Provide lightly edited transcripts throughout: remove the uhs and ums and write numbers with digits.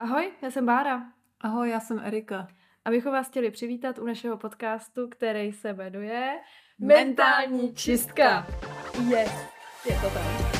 Ahoj, já jsem Bára. Ahoj, já jsem Erika. A bychom vás chtěli přivítat u našeho podcastu, který se jmenuje Mentální čistka. Yes, je to tam.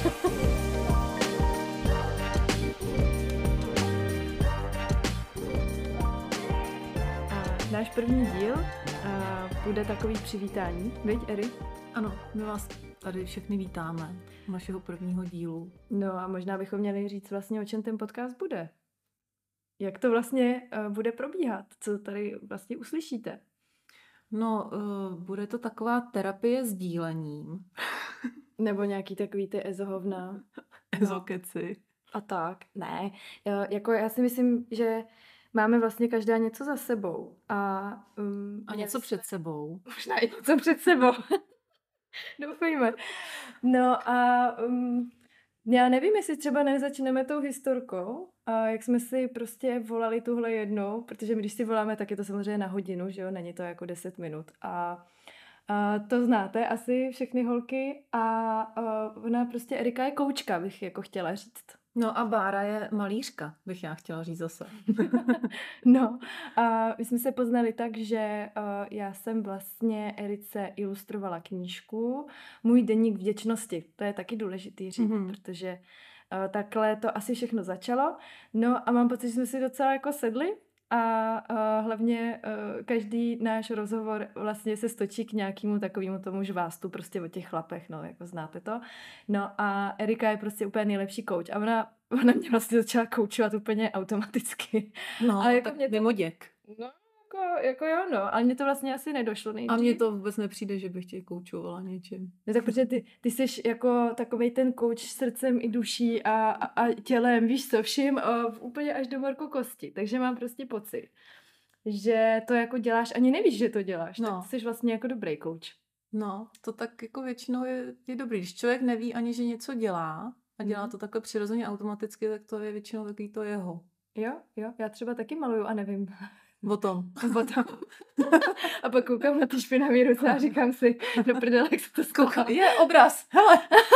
A náš první díl bude takový přivítání, viď, Eri? Ano, my vás tady všechny vítáme u našeho prvního dílu. No a možná bychom měli říct vlastně, o čem ten podcast bude. Jak to vlastně bude probíhat, co tady vlastně uslyšíte. No, bude to taková terapie sdílením. Nebo nějaký takový ty ezohovna. Ezokeci. A tak, ne. Jako já si myslím, že máme vlastně každá něco za sebou. A něco před sebou. Možná i něco před sebou. Doufejme. No a já nevím, jestli třeba nezačneme tou historkou, a jak jsme si prostě volali tuhle jednou, protože my když si voláme, tak je to samozřejmě na hodinu, že jo, není to jako 10 minut. A to znáte asi všechny holky a ona prostě, Erika je koučka, bych jako chtěla říct. No a Bára je malířka, bych já chtěla říct zase. No, a my jsme se poznali tak, že já jsem vlastně Erice ilustrovala knížku Můj deník vděčnosti. To je taky důležitý říct, protože takhle to asi všechno začalo. No a mám pocit, že jsme si docela jako sedli a hlavně každý náš rozhovor vlastně se stočí k nějakému takovému tomu žvástu prostě o těch chlapech, no, jako znáte to. No a Erika je prostě úplně nejlepší kouč a ona mě vlastně začala koučovat úplně automaticky. No, a jako tak mě to, mimo děk. No, jako jo, no, ale mně to vlastně asi nedošlo nejdřív. A mně to vůbec nepřijde, že bych tě koučovala něčím. No tak protože ty jsi jako takovej ten kouč srdcem i duší a tělem, víš co, vším úplně až do morku kosti. Takže mám prostě pocit, že to jako děláš, ani nevíš, že to děláš. No. Tak jsi vlastně jako dobrý kouč. No, to tak jako většinou je dobrý. Když člověk neví ani, že něco dělá a dělá to takhle přirozeně automaticky, tak to je většinou takový to jeho. Jo, já třeba taky maluju a nevím. O tom. A pak koukám na ty špinavý ruce a říkám si, do prdele, jak se to zkouká. Je obraz, hele.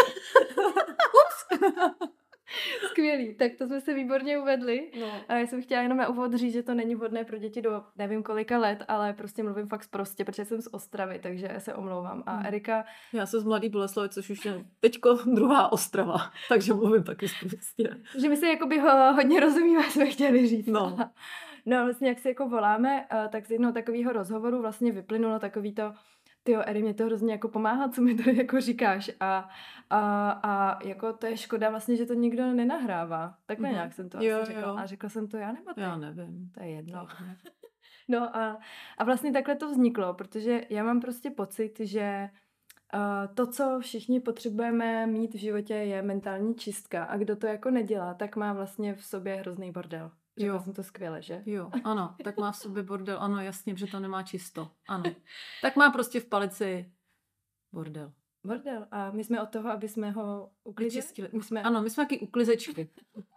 Skvělý, tak to jsme se výborně uvedli. No. A já jsem chtěla jenom na úvod říct, že to není vhodné pro děti do nevím kolika let, ale prostě mluvím fakt sprostě, protože jsem z Ostravy, takže se omlouvám. A Erika... Já jsem z Mladý Boleslavi, což už je teďko druhá Ostrava, takže mluvím taky sprostě. Že my se jakoby hodně rozumíme, jsme chtěli říct. No. No vlastně, jak se jako voláme, tak z jednoho takového rozhovoru vlastně vyplynulo takový to, tyjo, Eri, mě to hrozně jako pomáhá, co mi to jako říkáš. A jako to je škoda vlastně, že to nikdo nenahrává. Takhle nějak jsem to asi řekla. A řekla jsem to já nebo ty? Já nevím. To je jedno. No a vlastně takhle to vzniklo, protože já mám prostě pocit, že to, co všichni potřebujeme mít v životě, je mentální čistka. A kdo to jako nedělá, tak má vlastně v sobě hrozný bordel. Řekla jsem to skvěle, že? Jo, ano, tak má v sobě bordel, ano, jasně, protože to nemá čisto, ano. Tak má prostě v palici bordel. Bordel. A my jsme od toho, aby jsme ho uklidili. Ano, my jsme taky uklizečky.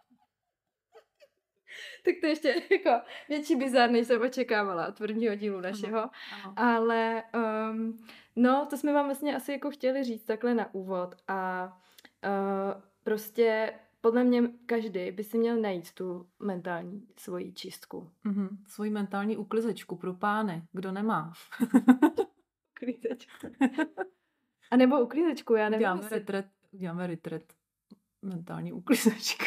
Tak to ještě jako větší bizár, než jsem očekávala od prvního dílu našeho. Ano. Ale no, to jsme vám vlastně asi jako chtěli říct takhle na úvod. A prostě podle mě každý by si měl najít tu mentální svoji čistku. Svoji mentální uklizečku pro pány, kdo nemá. Uklízečku. A nebo uklízečku, já nevím. Děláme retret. Mentální uklizečka.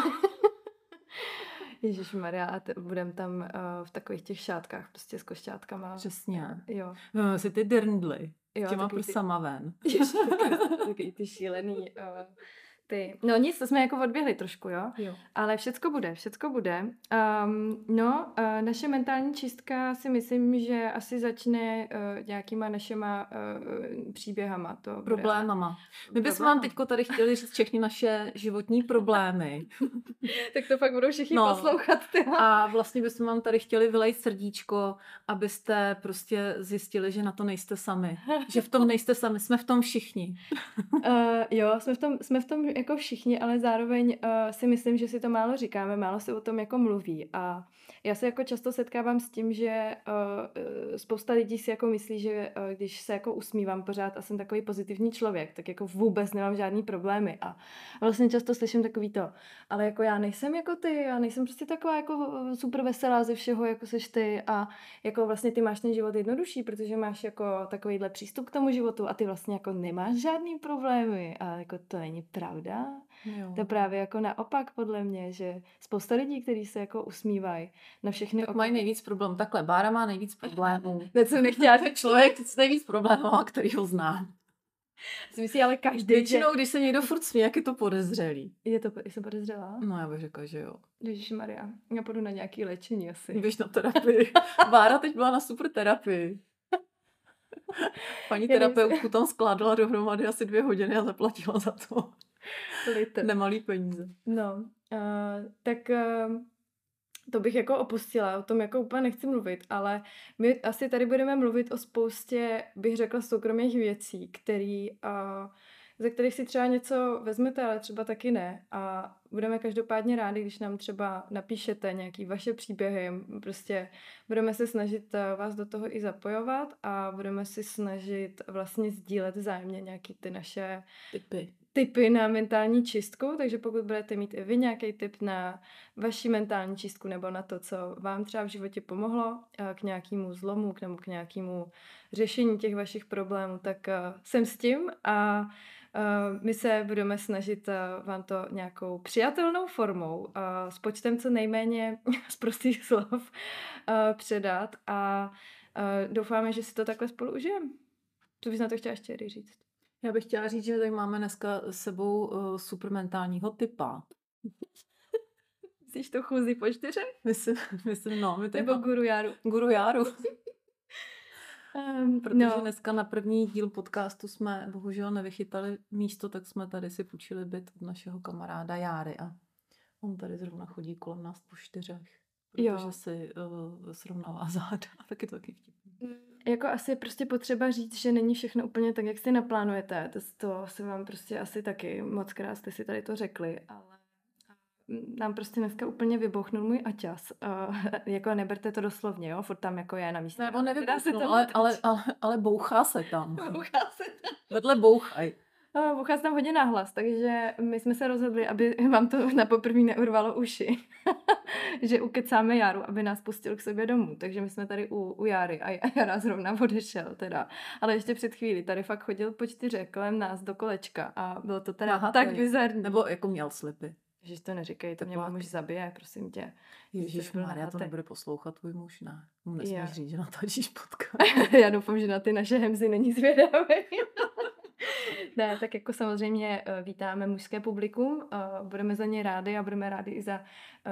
Ježišmarja, a budeme tam v takových těch šátkách, prostě s košťátkama. Přesně. Jo. Si ty dirndly. Jo, těma prsama ven. Taky ty šílený... No nic, to jsme jako odběhli trošku, jo? Ale všecko bude. Naše mentální čistka si myslím, že asi začne nějakýma našima příběhama. Problémama. My bychom vám teďko tady chtěli říct všechny naše životní problémy. Tak to pak budou všichni poslouchat. A vlastně bychom vám tady chtěli vylejt srdíčko, abyste prostě zjistili, že na to nejste sami. Že v tom nejste sami, jsme v tom všichni. Jo, jsme v tom jako všichni, ale zároveň si myslím, že si to málo říkáme, málo se o tom jako mluví. A já se jako často setkávám s tím, že spousta lidí si jako myslí, že když se jako usmívám pořád a jsem takový pozitivní člověk, tak jako vůbec nemám žádný problémy. A vlastně často slyším takový to, ale jako já nejsem jako ty, já nejsem prostě taková jako super veselá ze všeho, jako seš ty a jako vlastně ty máš ten život jednodušší, protože máš jako takovýhle přístup k tomu životu a ty vlastně jako nemáš žádný problémy a jako to není pravda. Jo. To právě jako naopak podle mě, že spousta lidí, kteří se jako usmívají na všechny Tak mají nejvíc problém. Takhle, Bára má nejvíc problémů. Ne, co nechtěla Ten člověk s nejvíc problémů, který ho znám. si myslí, ale každý, Většinou, když se někdo furt smí, jak je to podezřelý. jsem podezřelá? No, já bych řekla, že jo. Ježišmarja, já půjdu na nějaký léčení asi. Běž na terapii. Bára teď byla na super terapii. Paní terapeutku tam skládala dohromady asi 2 hodiny a zaplatila za to. Nemalý peníze. No, tak to bych jako opustila, o tom jako úplně nechci mluvit, ale my asi tady budeme mluvit o spoustě, bych řekla, soukromých věcí, ze kterých si třeba něco vezmete, ale třeba taky ne. A budeme každopádně rádi, když nám třeba napíšete nějaký vaše příběhy. Prostě budeme se snažit vás do toho i zapojovat a budeme si snažit vlastně sdílet vzájemně nějaký ty naše tipy na mentální čistku, takže pokud budete mít i vy nějaký tip na vaši mentální čistku nebo na to, co vám třeba v životě pomohlo k nějakému zlomu, nebo k nějakému řešení těch vašich problémů, tak jsem s tím a my se budeme snažit vám to nějakou přijatelnou formou s počtem co nejméně z prostých slov předat a doufáme, že si to takhle spolu užijeme. Co bys na to chtěla ještě říct? Já bych chtěla říct, že tady máme dneska s sebou supermentálního typa. Myslíš to chůzi po 4? Myslím, no. Nebo Guru Járu. Guru Járu. Protože dneska na první díl podcastu jsme bohužel nevychytali místo, tak jsme tady si půjčili byt od našeho kamaráda Járy a on tady zrovna chodí kolem nás po 4, protože si srovnává záda, tak je to taky vtipný. Jako asi je prostě potřeba říct, že není všechno úplně tak, jak si naplánujete. To se vám prostě asi taky moc krát jste si tady to řekli, ale nám prostě dneska úplně vybouchnul můj aťas. Jako neberte to doslovně, jo? Furt tam jako je na místě. Nebo nevybouchnul, ale bouchá se tam. Bouchá se tam. Vedle bouchaj. Bouchá se tam hodně nahlas, takže my jsme se rozhodli, aby vám to na poprvé neurvalo uši. Že ukecáme Járu, aby nás pustil k sobě domů. Takže my jsme tady u Járy a Jara zrovna odešel teda. Ale ještě před chvíli tady fakt chodil po 4 kolem nás do kolečka a bylo to teda tak bizarní. Nebo jako měl slipy. Ježiš, to neříkej, to mě můj muž zabije, prosím tě. Ježišmarja, to nebude poslouchat tvůj muž, ne? Mu nesmíš říct, že natáčíš podcast. Já doufám, že na ty naše hemzy není zvědavý. Ne, tak jako samozřejmě vítáme mužské publikum, budeme za ně rádi a budeme rádi i za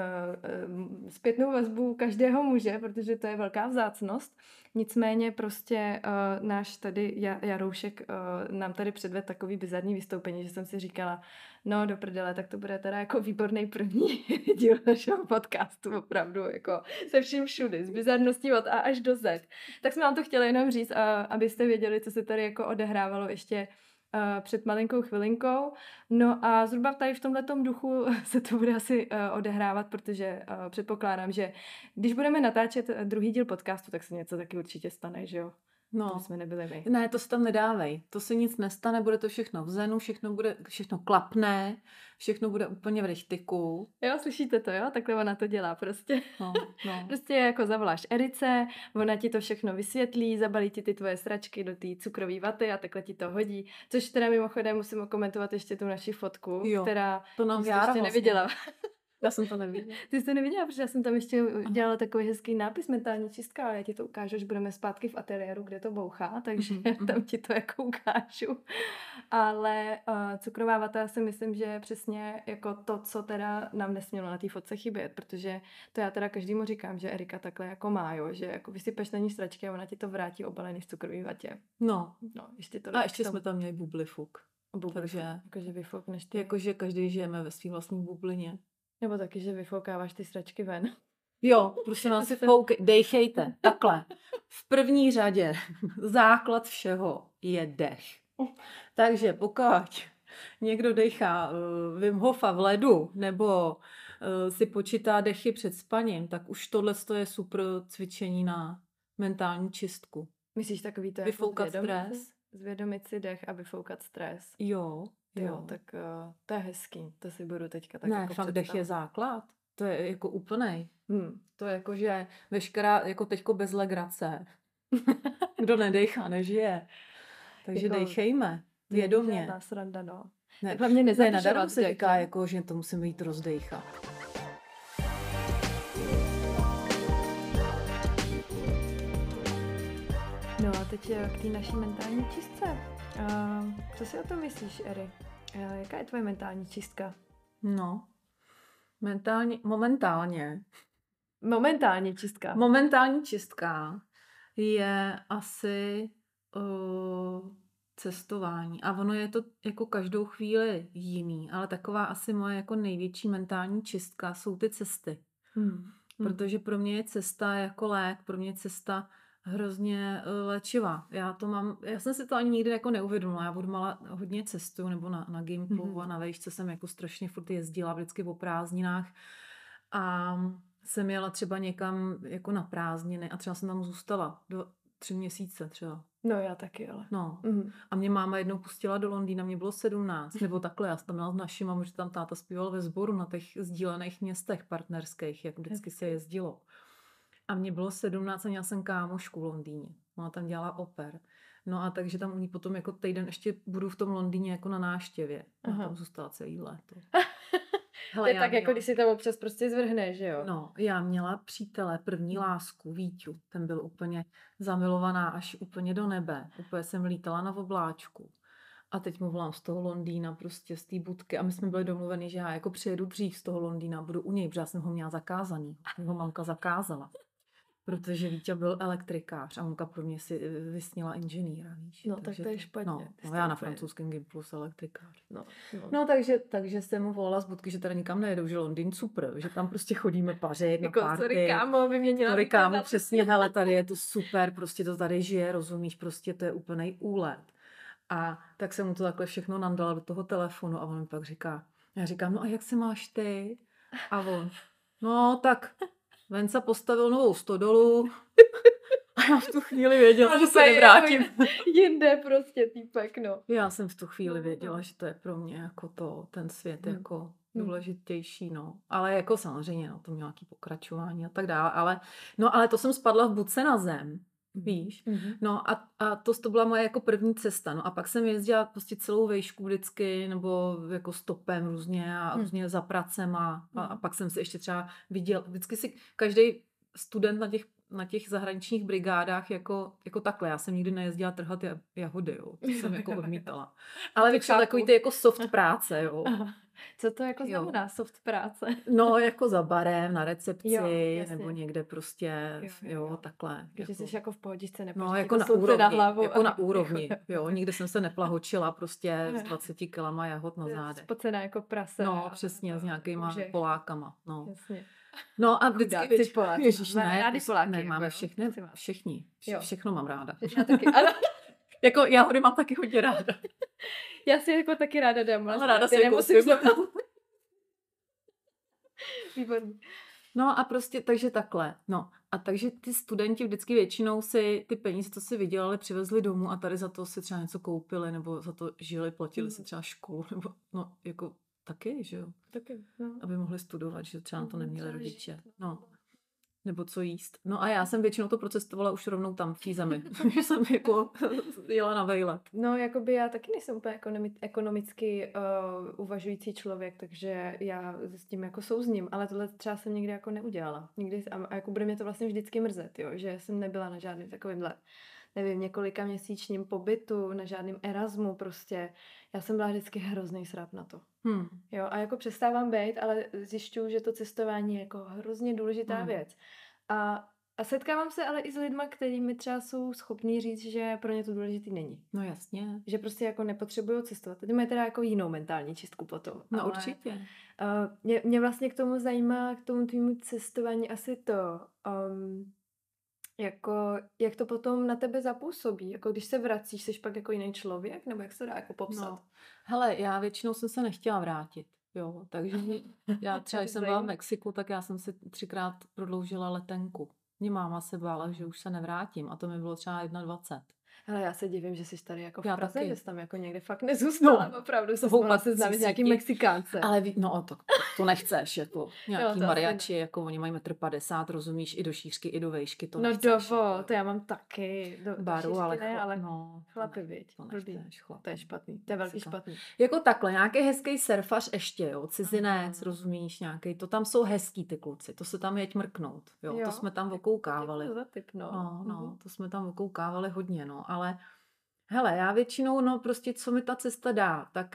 zpětnou vazbu každého muže, protože to je velká vzácnost. Nicméně prostě náš tady Jaroušek nám tady předvedl takový bizarní vystoupení, že jsem si říkala, no do prdele, tak to bude teda jako výborný první díl našeho podcastu, opravdu, jako se vším všudy, z bizarností od A až do Z. Tak jsme vám to chtěli jenom říct, abyste věděli, co se tady jako odehrávalo ještě před malinkou chvilinkou. No a zhruba tady v tomhletom duchu se to bude asi odehrávat, protože předpokládám, že když budeme natáčet druhý díl podcastu, tak se něco taky určitě stane, že jo? No. To jsme nebyli my. Ne, to se tam nedávej. To se nic nestane, bude to všechno v zenu, všechno klapné, všechno bude úplně v rychtiku. Jo, slyšíte to, jo? Takhle ona to dělá prostě. No. Prostě jako zavoláš Erice, ona ti to všechno vysvětlí, zabalí ti ty tvoje sračky do té cukrové vaty a takhle ti to hodí. Což teda mimochodem musím okomentovat ještě tu naši fotku, která to nám ještě vlastně neviděla. Já jsem to neviděla. Ty jsi to neviděla, protože já jsem tam ještě dělala takový hezký nápis mentální čistka, ale já ti to ukážu, až budeme zpátky v ateliéru, kde to bouchá, takže tam ti to jako ukážu. Ale cukrová vata si myslím, že je přesně jako to, co teda nám nesmělo na té fotce chybět, protože to já teda každému říkám, že Erika takhle jako má, jo, že jako vysypeš na ní sračky a ona ti to vrátí obalený v cukrový vatě. No, ještě to a ještě jsme tam měli bublifuk. Takže jakože vyfoukneš ty. Jakože každý žijeme ve svý vlastní bublině. Nebo taky, že vyfoukáváš ty sračky ven. Jo, prosím vás, dejchejte. Takhle. V první řadě základ všeho je dech. Takže pokud někdo dejchá Wim Hofa v ledu nebo si počítá dechy před spaním, tak už tohle je super cvičení na mentální čistku. Myslíš takový to vyfoukat jako stres? Zvědomit si dech a vyfoukat stres. Jo. Tak to je hezký. To si budu teďka tak ne, jako fakt dech je základ. To je jako úplnej. To je jako, že veškerá, jako teďko bez legrace. Kdo nedejchá, nežije. Takže jako, dejchejme. Vědomě. Žádná sranda, no. Ne, tak hlavně nezadarmo se říká, jako, že to musíme jít rozdejchat. No a teď k té naší mentální čistce. Co si o tom myslíš, Eri? Jaká je tvoje mentální čistka? No, momentálně čistka. Momentální čistka je asi cestování. A ono je to jako každou chvíli jiný, ale taková asi moje jako největší mentální čistka jsou ty cesty. Protože pro mě je cesta jako lék, pro mě je cesta hrozně léčivá. Já jsem si to ani nikdy jako neuvědomila. Já hodně cestuju, nebo na Gimplu a na vejšce jsem jako strašně furt jezdila vždycky po prázdninách. A jsem jela třeba někam jako na prázdniny a třeba jsem tam zůstala 3 měsíce třeba. No já taky, ale. No. A mě máma jednou pustila do Londýna, mě bylo 17, nebo takhle, já jsem tam měla s našima, protože tam táta zpíval ve sboru na těch sdílených městech partnerských, jak vždycky se jezdilo. A mě bylo 17 a měla jsem kámošku v Londýně. Ona tam dělala oper. No a takže tam u ní potom jako týden ještě budu v tom Londýně jako na návštěvě. A tam zůstala celý léto. Hele, to je tak, jako když si tam občas prostě zvrhneš, že jo? No, já měla přítele, první lásku, Víťu. Ten byl úplně zamilovaná až úplně do nebe. Úplně jsem lítala na obláčku. A teď mu volám z toho Londýna, prostě z té budky. A my jsme byli domluveni, že já jako přijedu dřív z toho Londýna, budu u něj, protože já jsem ho měla zakázaný. Jeho mamka zakázala. Protože Vítě byl elektrikář a mamka pro mě si vysnila inženýra. Víš? No, tak to je špatně. No já na francouzském Gimplu jsem elektrikář. No, takže jsem mu volala z budky, že teda nikam nejedou, že Londýn super, že tam prostě chodíme pařit jako, na party. Sorry kámo, přesně, hele, tady je to super, prostě to tady žije, rozumíš, prostě to je úplnej úlet. A tak jsem mu to takhle všechno nandala do toho telefonu a on mi pak říká, já říkám, no a jak se máš ty? A on, no tak Venca postavil novou stodolu a já v tu chvíli věděla, že se nevrátím. Jinde prostě týpek, no. Já jsem v tu chvíli věděla, že to je pro mě jako ten svět jako důležitější, no. Ale jako samozřejmě, no, to mělo nějaké pokračování a tak dále, ale to jsem spadla v budce na zem. Víš? No a to byla moje jako první cesta. No a pak jsem jezdila prostě celou vejšku vždycky, nebo jako stopem různě a různě za pracem a pak jsem si ještě třeba viděla, vždycky si každý student na těch zahraničních brigádách jako takhle. Já jsem nikdy nejezdila trhat jahody, jo. To jsem jako odmítala. Ale většinou takový ty jako soft práce, jo. Co to jako znamená soft práce? No, jako za barem, na recepci, nebo někde prostě, takhle. Že jsi jako v pohodičce, nebo no, jako na úrovni, na hlavu, jako na úrovni, jo. Nikde jsem se neplahočila prostě s 20 kilama jahod na zádech. Spocená jako prase. No, přesně, s nějakýma Polákama, no. Jasně. No a vždycky Poláci. Ježiš, rádi Poláky. Ne, máme všichni. Všechno mám ráda. Já taky, ale... jako jahody mám taky hodně ráda. Já si jako taky ráda dám. Ale ráda si nemusím. Výborný. No a prostě, takže takhle. No a takže ty studenti vždycky většinou si ty peníze, co si vydělali, přivezli domů a tady za to si třeba něco koupili, nebo za to žili, platili si třeba školu, nebo no jako taky, že jo? Taky, no. Aby mohli studovat, že třeba na to neměli rodiče. No. Nebo co jíst. No a já jsem většinou to procestovala už rovnou tam v té zemi. že jsem jako jela na vejlet. No, jakoby já taky nejsem úplně ekonomicky uvažující člověk, takže já s tím jako souzním, ale tohle třeba jsem nikdy jako neudělala. Nikdy, a jako bude mě to vlastně vždycky mrzet, jo, že jsem nebyla na žádným takovýmhle, nevím, několika měsíčním pobytu, na žádným Erasmu prostě. Já jsem byla vždycky hrozný srap na to. Jo, a jako přestávám být, ale zjišťuju, že to cestování je jako hrozně důležitá věc. A setkávám se ale i s lidma, kteří mi třeba jsou schopní říct, že pro ně to důležitý není. No jasně. Že prostě jako nepotřebují cestovat. Teď mají teda jako jinou mentální čistku potom. No ale určitě. Mě vlastně k tomu zajímá, k tomu tvýmu cestování asi to, Jako, jak to potom na tebe zapůsobí? Jako když se vracíš, jsi pak jako jiný člověk? Nebo jak se dá jako popsat? No, hele, já většinou jsem se nechtěla vrátit, jo, takže já třeba, když jsem byla v Mexiku, tak já jsem si 3krát prodloužila letenku. Mě máma se bála, že už se nevrátím a to mi bylo třeba 21. Ale já se divím, že jsi tady jako v Já Praze, taky. že jsi tam jako někde fakt nezůstala. No, Opravdu se to mohla seznámit s nějakým Mexikánce. Ale no, to nechceš, jako nějaký to mariachi, jako oni mají 1,50 m, rozumíš, i do šířky, i do vejšky, to No nechceš. to já mám taky. Do baru, šířky ale ne, ale no, chlapy, viď. to nechceš, chlapy. To je špatný, to je velký špatný. Jako takhle, nějaký hezký surfař ještě, jo, cizinec, rozumíš, nějaký, to tam jsou hezký ty kluci, to se tam jeď mrknout, jo, to jsme tam okoukávali. To za typ, no, to jsme tam okoukávali hodně, no, ale hele, já většinou, no prostě, co mi ta cesta dá, tak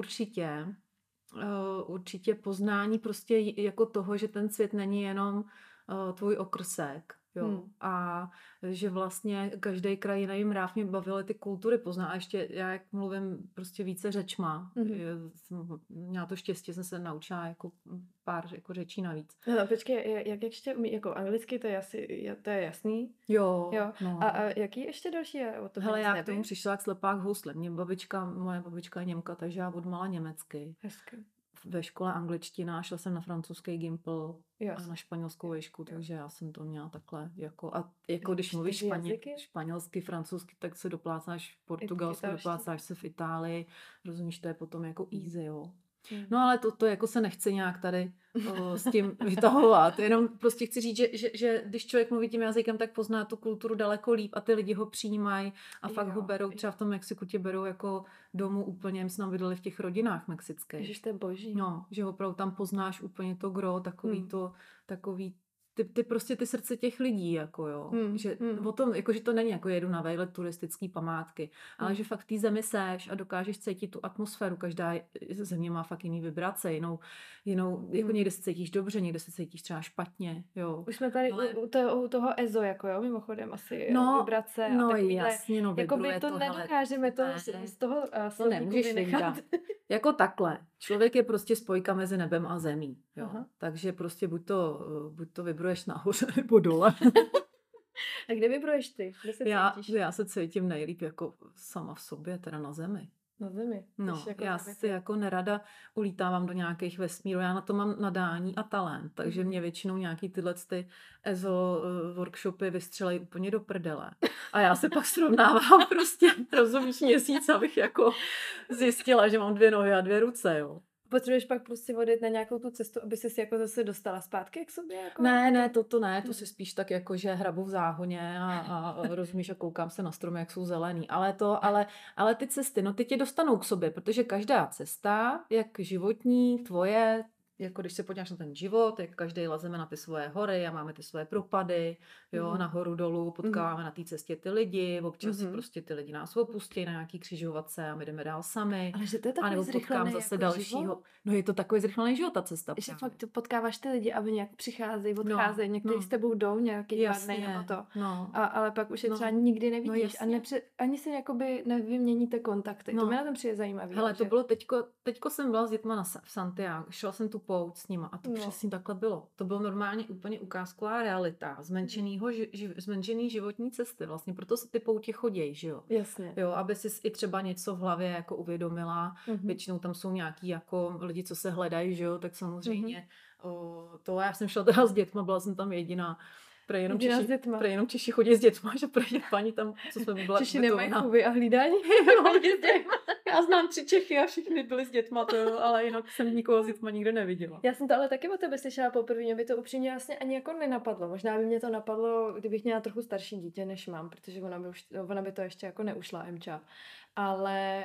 určitě poznání prostě jako toho, že ten svět není jenom tvůj okrsek, jo, a že vlastně každý kraj jiný mráv. Mě bavily ty kultury pozná a ještě já, jak mluvím prostě více řečma, měla to štěstí, jsem se naučila jako pár jako řečí navíc. No, počkej, jak ještě umí, jako anglicky, to je jasný? Jo. No. A jaký ještě další je o to? Hele, já k tomu přišla jak slepák housle. Moje babička je Němka, takže já odmala německy. Hezky. Ve škole angličtina, šla jsem na francouzský Gimpl a na španělskou výšku, takže já jsem to měla takhle jako, a jako když mluvíš španělsky, francouzsky, tak se doplácáš v Portugalsku, doplácáš se v Itálii, rozumíš, to je potom jako easy, jo. No ale to jako se nechce nějak tady s tím vytahovat, jenom prostě chci říct, že když člověk mluví tím jazykem, tak pozná tu kulturu daleko líp a ty lidi ho přijímají a fakt ho berou, třeba v tom Mexiku tě berou jako domů úplně, my jsme tam bydleli v těch rodinách mexických. Ježiš, to je boží. No, že opravdu tam poznáš úplně to gro, takový ty prostě ty srdce těch lidí, jako jo. Že o tom, jako, že to není jako jedu na vejlet turistický památky, ale že fakt v té zemi seš a dokážeš cítit tu atmosféru. Každá země má fakt jiný vibrace, jinou jako někde se cítíš dobře, někde se cítíš třeba špatně, jo. Už jsme tady u toho EZO, jako jo, mimochodem asi vibrace. No jasně, no vibruje to. Nedokážeme to z toho to nemůžeš vyndat. Jako takhle. Člověk je prostě spojka mezi nebem a zemí, jo. Takže prostě buď to vibruješ nahoře nebo dole. A kde vibruješ ty? Kde se cítíš? Já se cítím nejlíp jako sama v sobě, teda na zemi. Na zemi? No, já si jako nerada ulítávám do nějakých vesmírů, já na to mám nadání a talent, takže mě většinou nějaký tyhle EZO workshopy vystřelejí úplně do prdele. A já se pak srovnávám prostě, rozumíš, měsíc, abych jako zjistila, že mám 2 nohy a 2 ruce, jo. Potřebuješ pak prostě odjet na nějakou tu cestu, aby se jako zase dostala zpátky k sobě? Jako? Ne, to si spíš tak jako, že hrabu v záhoně a rozumíš a koukám se na stromy, jak jsou zelený. Ale ty cesty, no ty tě dostanou k sobě, protože každá cesta, jak životní, tvoje, jako když se podíváš na ten život, jak každý lezeme na ty svoje hory a máme ty svoje propady, jo, nahoru dolů, potkáváme na té cestě ty lidi, občas prostě ty lidi nás opustí na nějaký křižovatce a my jdeme dál sami. Ale že to je takový zrychlený zase jako dalšího. Život? No je to takový zrychlený život, ta cesta. Že fakt potkáváš ty lidi, aby nějak přicházejí, odcházejí, někteří s tebou jdou nějaký 2 dny nebo to. Ale pak už je třeba nikdy nevidíš a ani si jakoby nevyměníte kontakty. To mi na tom přijde zajímavý. Hele, to bylo teďko jsem byla s dětma v Santiago, šla jsem tu pouť s nima a to přesně takhle bylo. To bylo normálně úplně ukázková realita, zmenšený životní cesty vlastně, proto se ty poutě chodějí, že jo. Jasně. Jo, aby si i třeba něco v hlavě jako uvědomila. Většinou tam jsou nějaký jako lidi, co se hledají, že jo, tak samozřejmě já jsem šla teda s dětma, byla jsem tam jediná. Jenom Češi chodí s dětma, že pro paní tam, co jsme byla. Češi nemají chůvy a hlídání. Já znám 3 Čechy a všichni byli s dětma, ale jinak jsem nikoho s dětma nikde neviděla. Já jsem to ale taky o tebe slyšela poprvé, mě by to upřímně vlastně ani jako nenapadlo. Možná by mě to napadlo, kdybych měla trochu starší dítě, než mám, protože ona by to ještě jako neušla, Emča. Ale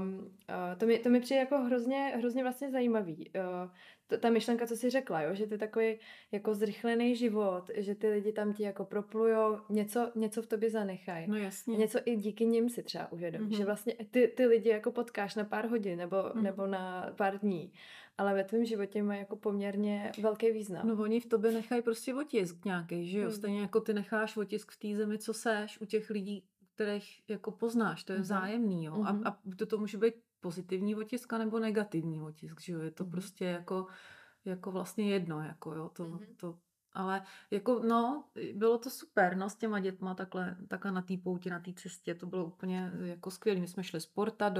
to mi přijde jako hrozně vlastně zajímavý. Ta myšlenka, co jsi řekla, jo? Že to je takový jako zrychlený život, že ty lidi tam ti jako proplujou, něco v tobě zanechají. No jasně. Něco i díky nim si třeba uvědomí, že vlastně ty lidi jako potkáš na pár hodin nebo na pár dní, ale ve tvém životě mají jako poměrně velký význam. No oni v tobě nechají prostě otisk nějaký, že jo? Stejně jako ty necháš otisk v té zemi, co seš, u těch lidí, kterých jako poznáš, to je vzájemný, jo. A to může být pozitivní otisk nebo negativní otisk, že jo. Je to prostě jako vlastně jedno, jako jo. Ale jako no, bylo to super, no, s těma dětma takhle na té pouti, na té cestě, to bylo úplně jako skvělé. My jsme šli z Porta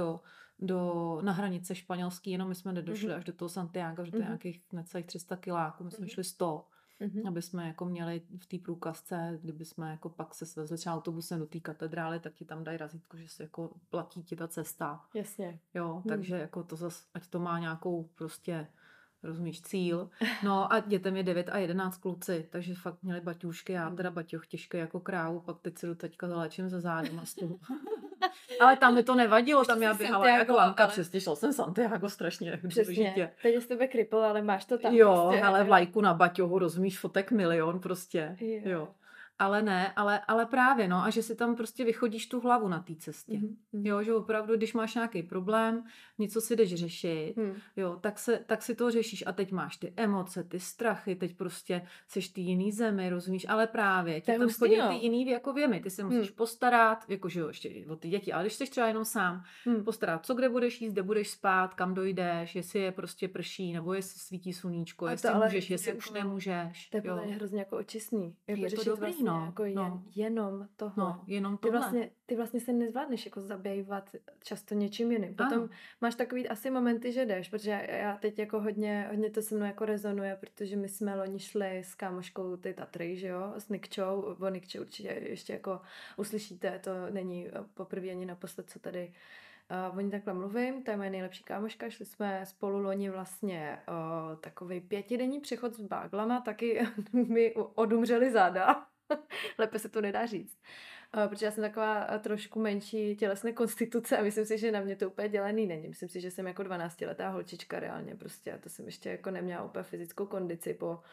na hranice španělský, jenom my jsme nedošli až do toho Santiago, že to je nějakých necelých 300 kiláků, my jsme šli 100. Aby jsme jako měli v té průkazce, kdyby jsme jako pak se svezli třeba autobusem do té katedrály, tak ti tam dají razítko, že se jako platí ti ta cesta. Jasně. Jo, takže jako to zas, ať to má nějakou prostě, rozumíš, cíl. No a dětem je 9 a 11 kluci, takže fakt měli baťůšky, já teda baťoch těžký jako krávu, pak teď si do teďka zaléčím ze zádem a z toho. Ale tam mi to nevadilo, tam já běhala jako lanka, přesně šel jsem Santiago strašně důležitě. Teď je z tebe kripl, ale máš to tam. Jo, prostě, ale vlajku na baťohu, rozumíš, fotek milion prostě, jo. Ale ne, ale právě, no, a že si tam prostě vychodíš tu hlavu na té cestě. Jo, že opravdu, když máš nějaký problém, něco si jdeš řešit, jo, tak si to řešíš a teď máš ty emoce, ty strachy, teď prostě seš ty jiný zemi, rozumíš, ale právě, ti tam chodí ty jiný jako věmy, ty se musíš postarat, jakože jo, ještě o ty děti, ale když jsi třeba jenom sám, postarat, co kde budeš jíst, kde budeš spát, kam dojdeš, jestli je prostě prší, nebo jestli svítí sluníčko, jestli můžeš, jestli už nemůžeš. To je hrozně jako očistný. Je to dobrý, vlastně jako jenom tohle. No, jenom tohle. Ty vlastně se nezvládneš jako zabývat často něčím jiným. Potom máš takový asi momenty, že jdeš, protože já teď jako hodně to se mnou jako rezonuje, protože my jsme loni šli s kámoškou ty Tatry, že jo, s Nikčou. O Nikče určitě ještě jako uslyšíte, to není poprvé ani naposled, co tady o ní takhle mluvím, to je moje nejlepší kámoška, šli jsme spolu loni vlastně takový 5denní přechod s báglama, taky mi odumřeli záda. Lépe se to nedá říct. Protože já jsem taková trošku menší tělesné konstituce a myslím si, že na mě to úplně dělaný není. Myslím si, že jsem jako 12letá holčička reálně prostě a to jsem ještě jako neměla úplně fyzickou kondici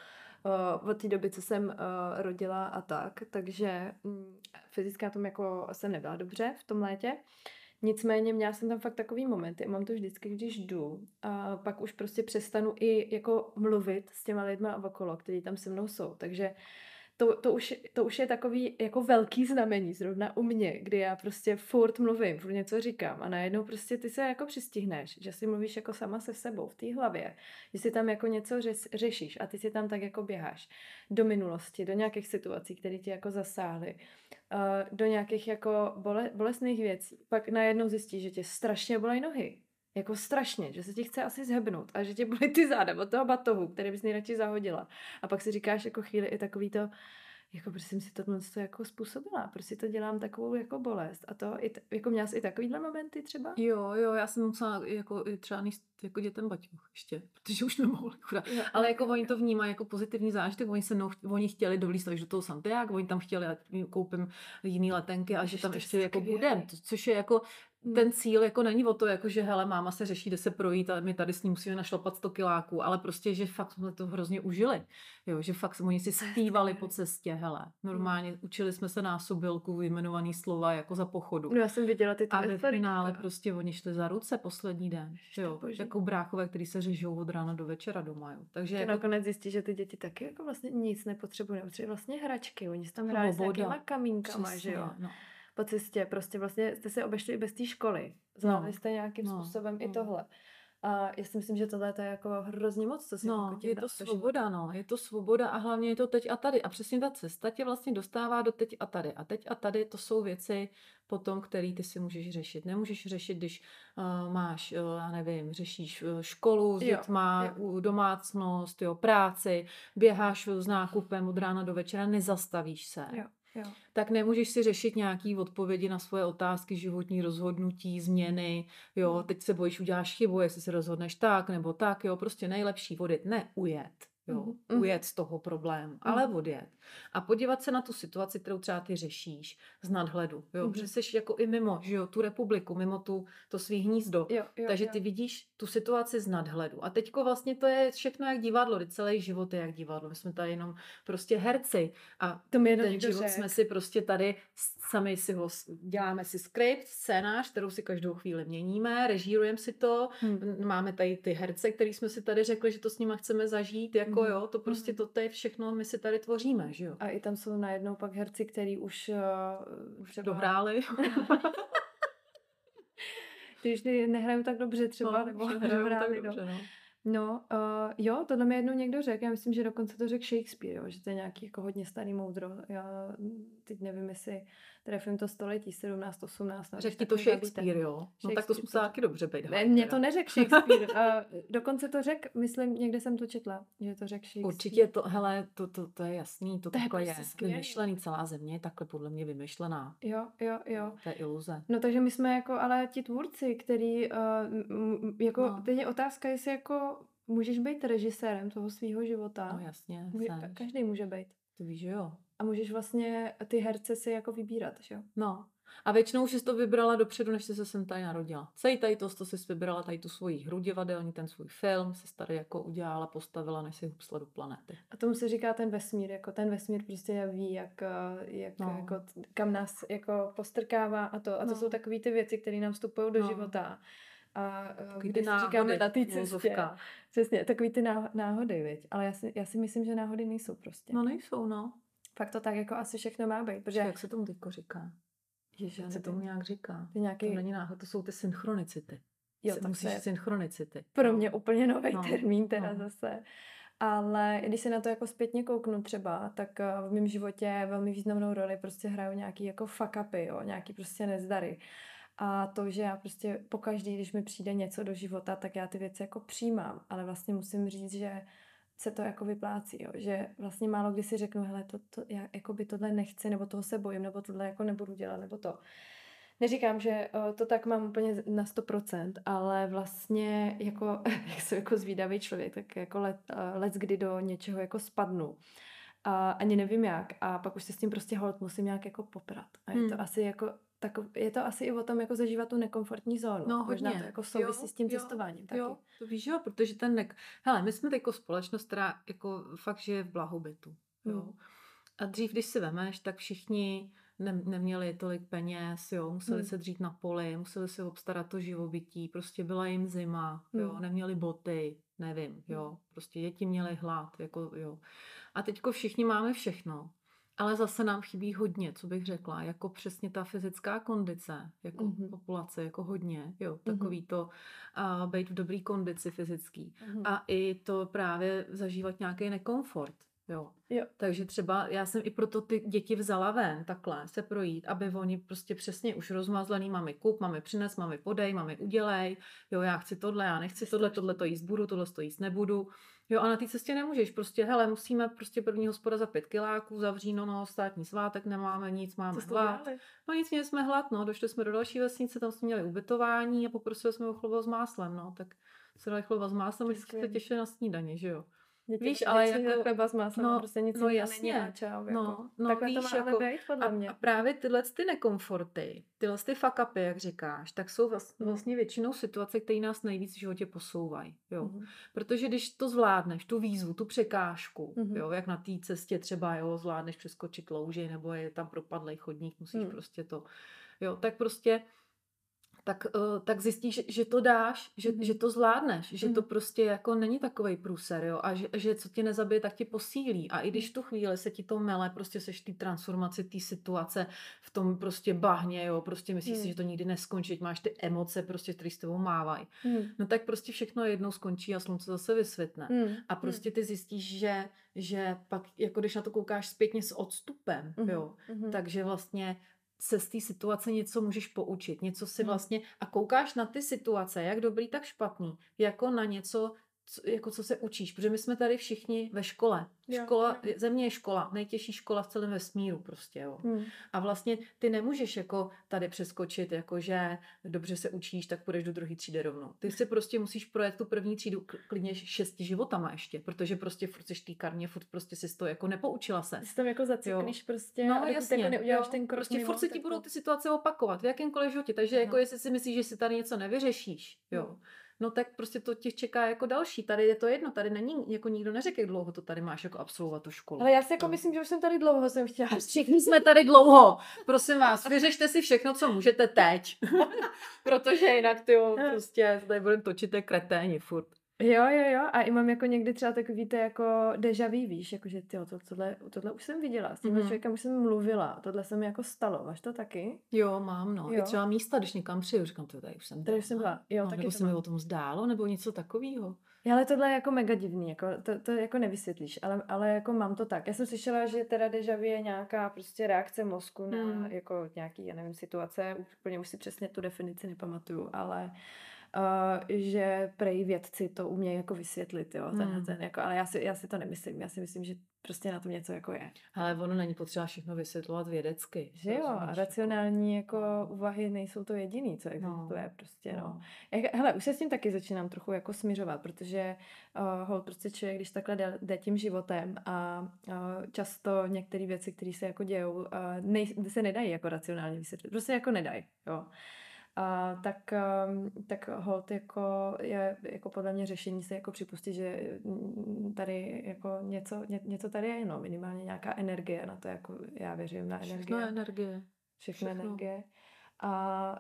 od té doby, co jsem rodila a tak. Takže fyzická tom jako jsem nebyla dobře v tom létě. Nicméně měla jsem tam fakt takový momenty, mám to vždycky, když jdu a pak už prostě přestanu i jako mluvit s těma lidma okolo, kteří tam se mnou jsou. Takže to už je takový jako velký znamení zrovna u mě, kdy já prostě furt mluvím, furt něco říkám a najednou prostě ty se jako přistihneš, že si mluvíš jako sama se sebou v té hlavě, že si tam jako něco řešíš a ty si tam tak jako běháš do minulosti, do nějakých situací, které ti jako zasáhly, do nějakých jako bolestných věcí. Pak najednou zjistíš, že tě strašně bolej nohy. Jako strašně, že se ti chce asi zhebnout a že tě bolí ty záda od toho batohu, který bys nejradši zahodila. A pak si říkáš jako chvíli i takový to, jako proč jsem si tohle jako způsobila, proč si to dělám takovou jako bolest. A to, jako měla jsi i takovýhle momenty třeba? Jo, já jsem musela jako třeba níst jako dětem baťoch ještě, protože už nemohli chudá. Ale jako oni to vnímají jako pozitivní zážitek, oni chtěli dovlíst až do toho Santiago, oni tam chtěli, ať koupím jiný letenky a že tam ještě jako budem, což je jako ten cíl jako není o to, jako že hele, máma se řeší, jde se projít a my tady s ní musíme našlapat 100 kiláků, ale prostě, že fakt jsme to hrozně užili. Jo, že fakt oni si zpívali po cestě, hele. Normálně učili jsme se násobilku, vyjmenovaný slova jako za pochodu. No já jsem viděla ty a ve finále prostě oni šli za ruce poslední den. Jo, jako bráchové, který se řežou od rána do večera doma, jo. Takže jako nakonec zjistí, že ty děti taky jako vlastně nic nepotřebují, vlastně hračky, oni se tam hrají s nějakýma kamínkama, že jo. No. Po cestě, prostě vlastně jste se obešli i bez té školy. Znali jste nějakým způsobem i tohle. A já si myslím, že tohle je jako hrozně moc, co si je to svoboda, je to svoboda a hlavně je to teď a tady. A přesně ta cesta tě vlastně dostává do teď a tady. A teď a tady to jsou věci potom, které ty si můžeš řešit. Nemůžeš řešit, když máš, já nevím, řešíš školu s dětma, domácnost, práci, běháš s nákupem od rána do večera, nezastavíš se. Jo. Tak nemůžeš si řešit nějaký odpovědi na svoje otázky, životní rozhodnutí, změny, jo, teď se bojíš, uděláš chybu, jestli se rozhodneš tak nebo tak, jo, prostě nejlepší odjet, ne ujet, jo, ujet z toho problému, ale odjet. A podívat se na tu situaci, kterou třeba ty řešíš z nadhledu, jo, protože jsi jako i mimo, že jo, tu republiku, mimo to svý hnízdo, takže ty vidíš tu situaci z nadhledu. A teďko vlastně to je všechno jak divadlo, celý život je jak divadlo, my jsme tady jenom prostě herci a ten život jsme si prostě tady sami si ho, děláme si skript, scénář, kterou si každou chvíli měníme, režírujeme si to, máme tady ty herce, který jsme si tady řekli, že to s nima chceme zažít, jako jo, to prostě to je všechno, my si tady tvoříme, že jo. A i tam jsou najednou pak herci, který už třeba dohráli. Když nehrají tak dobře třeba, nebo dohráli, dobře, no. No, jo, tohle mi jednou někdo řekl, já myslím, že dokonce to řekl Shakespeare, jo, že to je nějaký jako hodně starý moudro. Já teď nevím, jestli trefím to století, 17, 18. Řekl ti to Shakespeare, jo? No tak to musela taky dobře být. Mně to neřekl Shakespeare, dokonce to řekl, myslím, někde jsem to četla, že to řekl Shakespeare. Určitě to, hele, to je jasný, to takhle je vymyšlený, celá země je takhle podle mě vymyšlená. Jo. To je iluze. No takže my jsme jako ale ti tvůrci, který, jako teď je otázka, jestli jako můžeš být režisérem toho svýho života. No jasně, každý může být. To víš, že jo. A můžeš vlastně ty herce si jako vybírat, že jo? No. A většinou už jsi to vybrala dopředu, než jsi se sem tady narodila. Celý tady to jsi vybrala tady tu svoji hru divadelní, ten svůj film, jsi tady jako udělala, postavila, než jsi hupsla do planety. A tomu se říká ten vesmír, jako ten vesmír prostě ví, jak jako, kam nás jako postrkává a to jsou takový ty věci, které nám vstupují do života. A když říkáme na té cestě, přesně, takový ty náhody, viď? Ale já si myslím, že náhody nejsou prostě. No nejsou, no. Fakt to tak jako asi všechno má být. Protože... Jak se tomu teďko říká? Jak se tomu nějak říká? To není náhod, to jsou ty synchronicity. Jo, musíš synchronicity. Pro mě úplně nový termín teda zase. Ale když se na to jako zpětně kouknu třeba, tak v mém životě velmi významnou roli prostě hrajou nějaký jako fuck upy, jo, nějaký prostě nezdary. A to, že já prostě pokaždý, když mi přijde něco do života, tak já ty věci jako přijímám, ale vlastně musím říct, že se to jako vyplácí, jo? Že vlastně málo kdy si řeknu, hele, já jako by tohle nechci, nebo toho se bojím, nebo tohle jako nebudu dělat, nebo to. Neříkám, že to tak mám úplně na 100%, ale vlastně jako, jak jsem jako zvídavý člověk, tak jako kdy do něčeho jako spadnu. A ani nevím jak. A pak už se s tím prostě holt musím nějak jako poprat. A je to asi jako je to asi i o tom jako zažívat tu nekomfortní zónu. No, možná to jako souvisí s tím cestováním taky. Jo, to víš, jo, protože hele, my jsme jako společnost, která jako fakt žije v blahobytu. Jo. A dřív, když si vemeš, tak všichni neměli tolik peněz, jo, museli se dřít na poli, museli si obstarat to živobytí, prostě byla jim zima, jo, neměli boty, nevím, jo, prostě děti měly hlad, jako jo. A teďko všichni máme všechno. Ale zase nám chybí hodně, co bych řekla, jako přesně ta fyzická kondice, jako populace, jako hodně, jo, takový to být v dobrý kondici fyzický. A i to právě zažívat nějaký nekomfort, jo. Takže třeba já jsem i proto ty děti vzala ven, takhle se projít, aby oni prostě přesně už rozmazlený, mami kup, mami přines, mami podej, mami udělej, jo, já chci tohle, já nechci tohle to jíst budu, tohle to jíst nebudu. Jo, a na té cestě nemůžeš, prostě, hele, musíme prostě první hospoda za 5 kiláků, za říjno, státní svátek, nemáme nic, máme hlad. No nic, měli jsme hlad, došli jsme do další vesnice, tam jsme měli ubytování a poprosili jsme o chleba s máslem, tak se dali chleba s máslem a vždycky se těšili na snídaně, že jo. Víš, ale jako chleba s máslem, prostě nic jasně. Není a čau, jako. Takhle víš, to má ale být, podle mě. A právě tyhle ty nekomforty, tyhle ty fuck upy, jak říkáš, tak jsou vlastně většinou situace, které nás nejvíc v životě posouvají, jo. Protože když to zvládneš, tu výzvu, tu překážku, jo, jak na té cestě třeba, jo, zvládneš přeskočit louži, nebo je tam propadlej chodník, musíš prostě to, jo, tak prostě tak zjistíš, že to dáš, že to zvládneš, že to prostě jako není takovej průser, jo, a že co tě nezabije, tak tě posílí. A i když tu chvíli se ti to mele, prostě seš té transformaci, té situace v tom prostě bahně, jo, prostě myslíš si, že to nikdy neskončí, máš ty emoce prostě, které s tebou mávají. No tak prostě všechno jednou skončí a slunce zase vysvětne. A prostě ty zjistíš, že pak, jako když na to koukáš zpětně s odstupem, jo, takže vlastně se z té situace něco můžeš poučit, něco si vlastně, a koukáš na ty situace, jak dobrý, tak špatný, jako na něco, jako co se učíš, protože my jsme tady všichni ve škole. Země je škola, nejtěžší škola v celém vesmíru prostě, jo. A vlastně ty nemůžeš jako tady přeskočit, jakože dobře se učíš, tak půjdeš do druhé třídy rovnou. Ty si prostě musíš projet tu první třídu klidně 6 životama ještě, protože prostě furt seš týkarně, furt prostě si to jako nepoučila se. Ty si tam jako zaciklíš prostě, no jasně, jako neuděláš ten krok prostě furt se ti budou ty situace opakovat v jakémkoliv životě, takže jako jestli si myslíš, že si tady něco nevyřešíš, jo. No tak prostě to tě čeká jako další. Tady je to jedno, tady není, jako nikdo neřekl, jak dlouho to tady máš jako absolvovat tu školu. Ale já si jako myslím, že už jsem tady dlouho, jsem chtěla. Všichni jsme tady dlouho. Prosím vás, vyřešte si všechno, co můžete teď. Protože jinak prostě tady budeme točit kreténi furt. Jo. A i mám jako někdy třeba takový to jako deja vu, víš, jakože tohle už jsem viděla, s tímhle člověkem už jsem mluvila, tohle se mi jako stalo, máš to taky? Jo, mám, no. Jo. I třeba místa, když někam přijdu, říkám, to tady už jsem byla. Jo, no, taky nebo to se mi mám. o tom zdálo, nebo něco takového. Ale tohle je jako mega divný, jako to jako nevysvětlíš, ale jako mám to tak. Já jsem slyšela, že teda deja vu je nějaká prostě reakce mozku na jako nějaký, já nevím, situace, úplně už si přesně tu definici nepamatuju, ale že prej vědci to umějí jako vysvětlit, jo, ten jako, ale já si to nemyslím, já si myslím, že prostě na tom něco jako je. Ale ono není potřeba všechno vysvětlovat vědecky. Že jo, a racionální jako úvahy nejsou to jediný, co existuje prostě, no. Hele, už se s tím taky začínám trochu jako smiřovat, protože holt prostě člověk, když takhle jde tím životem a často některé věci, které se jako dějou, se nedají jako racionálně vysvětlit, prostě jako nedají, jo. Tak holt jako je jako podle mě řešení se jako připustit, že tady jako něco tady je, no, minimálně nějaká energie na to, jako já věřím na energie. Všechno energie. A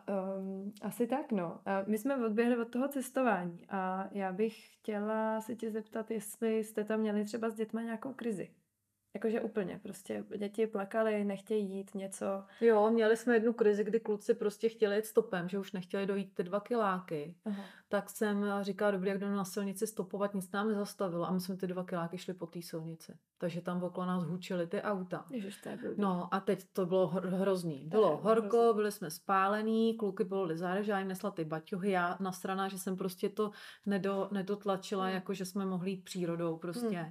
asi tak, no. A my jsme odběhli od toho cestování a já bych chtěla se tě zeptat, jestli jste tam měli třeba s dětma nějakou krizi. Jakože úplně, prostě děti plakaly, nechtějí jít něco. Jo, měli jsme jednu krizi, kdy kluci prostě chtěli jet stopem, že už nechtěli dojít ty 2 kiláky. Aha. Tak jsem říkala, dobrý, jak jdeme na silnici stopovat, nic nám nezastavilo a my jsme ty 2 kiláky šli po té silnici. Takže tam okolo nás hučily ty auta. Ježiš, to je blbý. No a teď to bylo hrozný. Bylo horko, byli jsme spálení, kluky byly záleží, já jim nesla ty baťohy, já nasraná, že jsem prostě to nedotlačila, jako že jsme mohli jít přírodou prostě.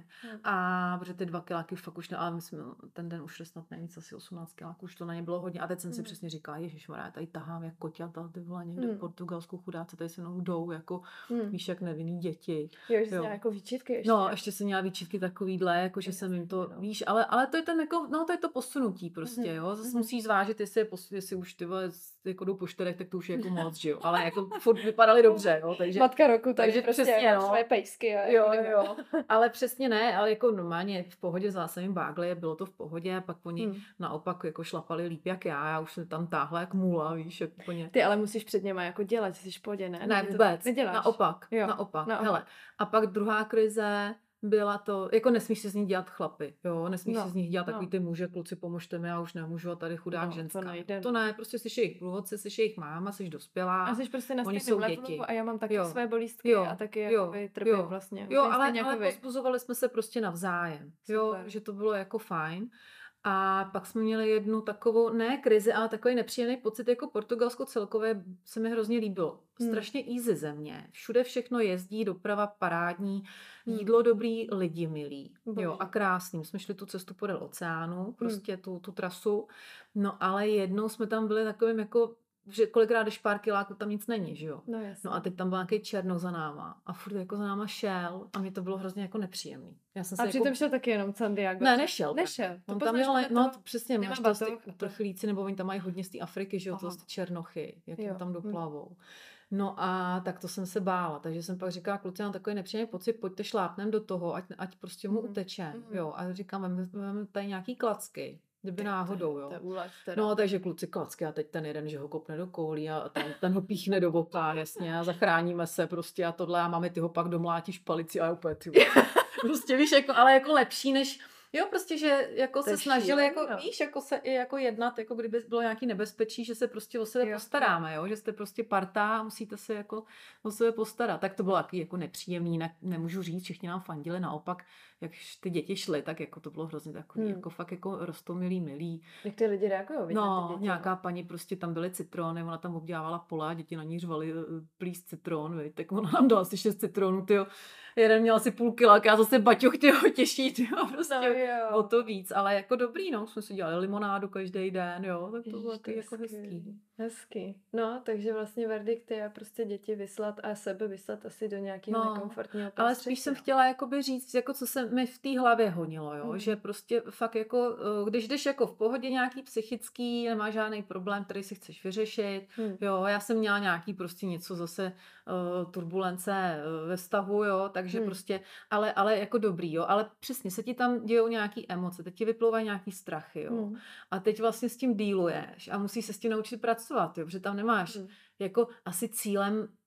A protože ty 2 kiláky fakt už ne, ale my jsme ten den ušli snad nejvíc asi 18 kiláků, už to na ně bylo hodně. A teď jsem si přesně říkala, ježišmarja, tady tahám jak koťata, ty vole, někde v Portugalsku chudáci, tady se mnou jdou, jako víš, jak nevinný děti. Jo, že jsi měla jako výčitky ještě. No, ještě jsem měla výčitky takovýhle, jako že jsem jim to, víš, ale to je ten jako, no to je to posunutí prostě, jo. Zase musíš zvážit, jestli už ty vole jako jdou po 4, tak to už je jako moc, že jo. Ale jako furt vypadaly dobře, jo, takže. Matka roku, takže prostě přesně, no. Své pejsky. Jo. Ale přesně ne, ale jako normálně v pohodě vzala jsem jim bágly, bylo to v pohodě a pak oni naopak jako šlapali líp jak já už jsem tam táhla jak mula, víš, jak úplně. Ty ale musíš před něma jako dělat, že jsi v pohodě, ne? Ne, vůbec. Neděláš. Naopak. Hele, a pak druhá krize byla to, jako nesmíš si z ní dělat chlapy, jo, nesmíš si z nich dělat takový ty muže, kluci, pomožte mi, já už nemůžu a tady chudák ženská. To ne, prostě jsi jejich průvodce, jsi jejich máma, jsi dospělá. A jsi prostě na stejném levelu a já mám taky své bolístky a taky jakoby trpím vlastně. Jo, ale pozbuzovali jsme se prostě navzájem, jo, že to bylo jako fajn. A pak jsme měli jednu takovou, ne krizi, ale takový nepříjemný pocit, jako Portugalsko celkově se mi hrozně líbilo. Strašně easy země. Všude všechno jezdí, doprava parádní, jídlo dobrý, lidi milí. Jo, a krásný. Jsme šli tu cestu podél oceánu, prostě tu trasu. No ale jednou jsme tam byli takovým jako, že kolikrát jdeš pár kiláků, tam nic není, že jo? No a teď tam byl nějaký černoch za náma a furt jako za náma šel a mě to bylo hrozně jako nepříjemný. A přitom šel taky jenom Santiago. Ne, nešel. On tam měl, no přesně, máš to ty uprchlíci, nebo oni tam mají hodně z té Afriky, že jo, to ty černochy, jak jim tam doplavou. No a tak to jsem se bála, takže jsem pak říkala, kluci, mám takový nepříjemný pocit, pojďte šlápnem do toho, ať prostě mu uteče, jo, a říkám, máme tady nějaký klacky. Kdyby náhodou, jo. No, takže kluci klacky a teď ten jeden, že ho kopne do koulí a ten ho píchne do voka, jasně, a zachráníme se prostě a tohle a máme ty ho pak domlátíš palici a opět, prostě víš, jako, ale jako lepší než, jo, prostě, že jako se snažili, jako, víš, jako se i jako jednat, jako kdyby bylo nějaký nebezpečí, že se prostě o sebe postaráme, jo, že jste prostě parta a musíte se jako o sebe postarat. Tak to bylo taky jako nepříjemný, nemůžu říct, všichni nám fandili, naopak, jak ty děti šly, tak jako to bylo hrozně takový, jako fakt jako rostomilý, milý. Jak ty lidi reagují? No, nějaká paní prostě tam byly citrony, ona tam obdělávala pole a děti na ní řvali plíst citron, viď, tak ona nám dala asi 6 citronů, tyjo. Jeden měl asi půl kilák, já zase baťoch, tyjo, těžší, tyjo, prostě o to víc, ale jako dobrý, no, jsme si dělali limonádu každý den, jo, tak to bylo jako hezký. Hezký. No, takže vlastně verdikt je prostě děti vyslat a sebe vyslat asi do nějakého nekomfortního prostředí. Ale spíš jsem chtěla jakoby říct, jako co se mi v té hlavě honilo, jo, že prostě fakt jako, když jdeš jako v pohodě nějaký psychický, nemá žádný problém, který si chceš vyřešit, jo, já jsem měla nějaký prostě něco zase turbulence ve vztahu, jo, takže prostě, ale jako dobrý, jo, ale přesně se ti tam dějou nějaký emoce, teď ti vyplouvají nějaký strachy, jo, a teď vlastně s tím dealuješ a musíš se s tím naučit pracovat, jo, protože tam nemáš jako asi cílem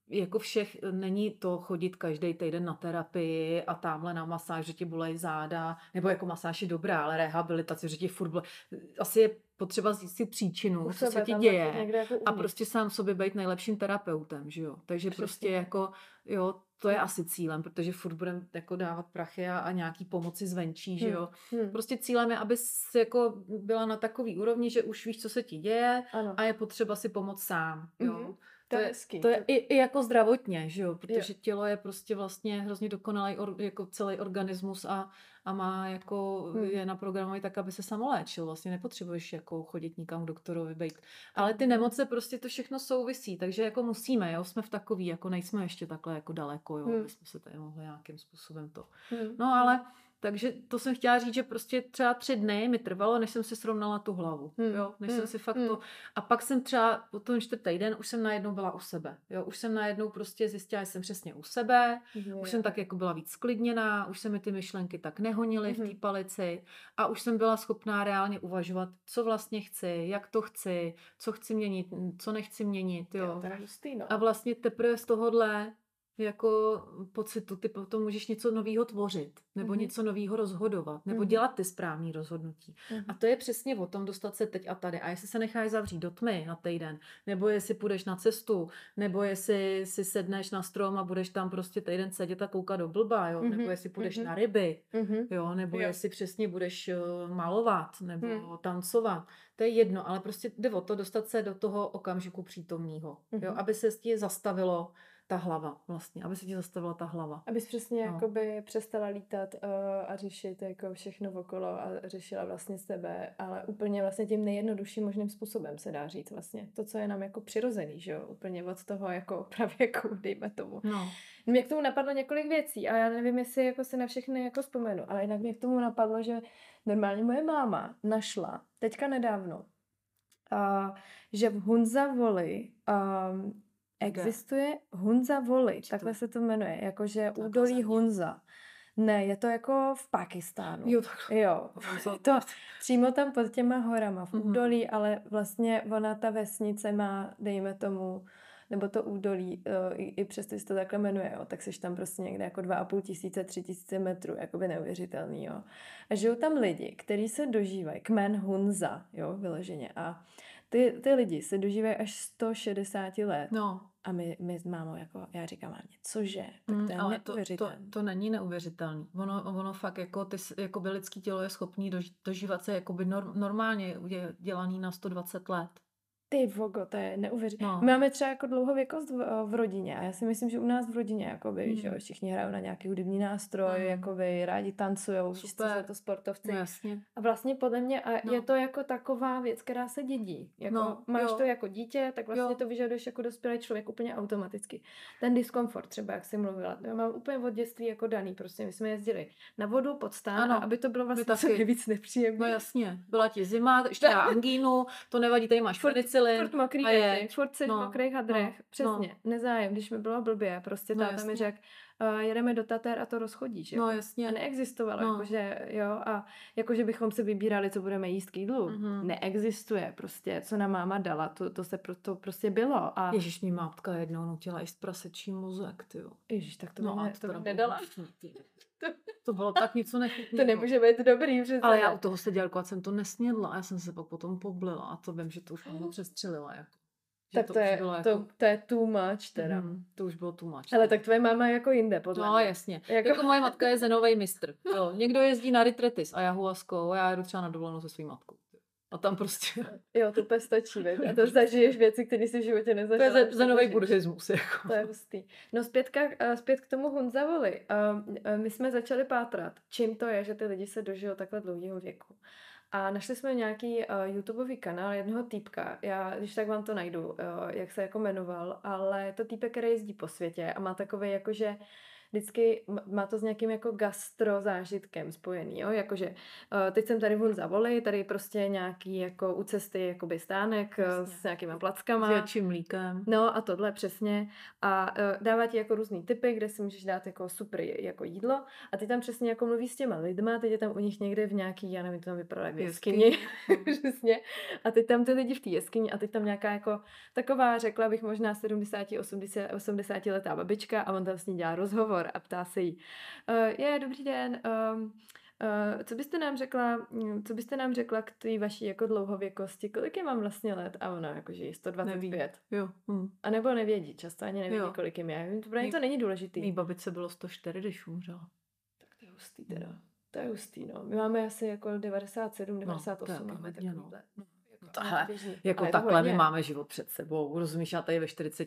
jako všech není to chodit každý týden na terapii a tamhle na masáž, že ti bolej záda, nebo jako masáž je dobrá, ale rehabilitace, že ti furt bolej. Asi je potřeba zjistit příčinu, co se ti děje jako a prostě sám sobě být nejlepším terapeutem, že jo. Takže přesně. Prostě jako, jo, to je asi cílem, protože furt budeme jako dávat prachy a nějaký pomoci zvenčí, že jo. Prostě cílem je, abys jako byla na takový úrovni, že už víš, co se ti děje a je potřeba si pomoct sám, jo. To je i jako zdravotně, že jo, protože tělo je prostě vlastně hrozně dokonalý jako celý organismus a má jako, je naprogramovaný tak, aby se samoléčil. Vlastně nepotřebuješ jako chodit nikam k doktorovi bejt. Ale ty nemoce prostě to všechno souvisí, takže jako musíme, jo, jsme v takový, jako nejsme ještě takhle jako daleko, jo, aby jsme se tady mohli nějakým způsobem to. No ale takže to jsem chtěla říct, že prostě třeba 3 dny mi trvalo, než jsem si srovnala tu hlavu. Jo, než jsem si fakt to... A pak jsem třeba po tom 4. den už jsem najednou byla u sebe. Jo, už jsem najednou prostě zjistila, že jsem přesně u sebe. Už jsem tak jako byla víc sklidněná, už se mi ty myšlenky tak nehonily v té palici a už jsem byla schopná reálně uvažovat, co vlastně chci, jak to chci, co chci měnit, co nechci měnit. Jo. A vlastně teprve z tohohle jako pocitu, ty potom můžeš něco nového tvořit, nebo něco nového rozhodovat, nebo dělat ty správné rozhodnutí. A to je přesně o tom dostat se teď a tady. A jestli se necháš zavřít do tmy na týden, nebo jestli půjdeš na cestu, nebo jestli si sedneš na strom a budeš tam prostě týden sedět a koukat do blba, jo? Nebo jestli půjdeš na ryby, jo? Nebo jestli přesně budeš malovat, nebo tancovat. To je jedno, ale prostě jde o to dostat se do toho okamžiku přítomného, jo? Aby se ti zastavilo ta hlava vlastně, aby se ti zastavila ta hlava. Abys přesně jakoby přestala lítat a řešit jako všechno okolo a řešila vlastně sebe, ale úplně vlastně tím nejjednodušším možným způsobem se dá říct vlastně. To, co je nám jako přirozený, že jo, úplně od toho jako pravěku, dejme tomu. Mě k tomu napadlo několik věcí a já nevím, jestli jako si na všechny jako vzpomenu, ale jinak mě k tomu napadlo, že normálně moje máma našla teďka nedávno, že v Hunzavoli existuje Hunza Voli, takhle se to jmenuje, jakože údolí Hunza. Ne, je to jako v Pákistánu. Jo. To přímo tam pod těma horama, v údolí, ale vlastně ona, ta vesnice má, dejme tomu, nebo to údolí, i přesto, že se to takhle jmenuje, jo, tak seš tam prostě někde jako 2 500, 3 000 metrů, jakoby neuvěřitelný, jo. A žijou tam lidi, kteří se dožívají, kmen Hunza, jo, vyloženě. A ty lidi se dožívají až 160 let. A my s mámou, jako, já říkám, mámě, cože? Tak to je neuvěřitelné. To není neuvěřitelné. Ono fakt, jako jakoby lidský tělo je schopný dožívat se jakoby normálně dělaný na 120 let. Ty vogo, to je neuvěřitelné. My máme třeba jako dlouhověkost v rodině a já si myslím, že u nás v rodině jakoby, že všichni hrajou na nějaký hudební nástroj, jakoby rádi tancujou, víš, co jsou to sportovci. Jasně. A vlastně podle mě je to jako taková věc, která se dědí. Jako, máš to jako dítě, tak vlastně to vyžaduješ jako dospělý člověk úplně automaticky. Ten diskomfort třeba, jak jsi mluvila, já mám úplně od dětství jako daný, prostě my jsme jezdili na vodu pod stán, a aby to bylo vlastně co nejvíc nepříjemné. No jasně, byla ti zima, ještě angínu, to nevadí, tady máš furt mokrý věci, furt jsi v mokrých hadrech. Přesně, nezájem, když mi bylo blbě, prostě táta mi řekl, jedeme do Tater a to rozchodíš. Jako. No jasně. A neexistovalo, jakože, jo, a jakože bychom se vybírali, co budeme jíst k jídlu. Neexistuje prostě, co nám máma dala, to prostě bylo. A Ježiš, mě mátka jednou nutila jíst prasečí mozek, tyjo. Ježiš, tak to bych nedala. To bylo tak něco nechutného. To nemůže být dobrý přece. Ale já u toho sedělku, jsem to nesnědla a já jsem se pak potom poblila a to vím, že to už mě přestřelila. Jako. Tak to je too much teda. To už bylo too much. Ale tak tvoje máma je jako jinde, podle mě. No jasně. Jako moje matka je zenovej mistr. Jo. Někdo jezdí na retretis a ayahuaskou a já jdu třeba na dovolenou se svým matkou. A tam prostě... Jo, to úplně stačí, veď. A to zažiješ věci, které si v životě nezažila. To je zenovej buddhismus. Jako. To je hustý. No zpět k tomu Hunzavoli. My jsme začali pátrat, čím to je, že ty lidi se dožijou takhle dlouhého věku. A našli jsme nějaký YouTubeový kanál jednoho týpka, já když tak vám to najdu, jak se jako jmenoval, ale je to týpek, který jezdí po světě a má takový jakože vždycky má to s nějakým jako gastro zážitkem spojený, jo, jakože teď jsem tady v Hunzavoli, tady prostě nějaký jako u cesty jakoby stánek s nějakýma plackama. S ječím mlíkem. No a tohle přesně. A dává ti jako různý typy, kde si můžeš dát jako super jako jídlo a ty tam přesně jako mluví s těma lidma, teď je tam u nich někde v nějaký, já nevím, to tam vypadá jak v jeskyni. Přesně. A teď tam ty lidi v té jeskyni a teď tam nějaká jako taková, řekla bych možná 80 letá babička a on tam s ní dělá rozhovor a ptá se jí, dobrý den, co byste nám řekla k té vaší jako dlouhověkosti, kolik je mám vlastně let? A ona jakože je 125. Neví. Jo. A nebo nevědí, často ani nevědí, kolik jim je. Pro ně to není důležitý. Mý babičce bylo 104, když umřela. Tak to je hustý teda. To je hustý, no. My máme asi jako 97, 98. No, máme takový Tahle, jako takhle my máme život před sebou. Rozumíš, já tady ve 40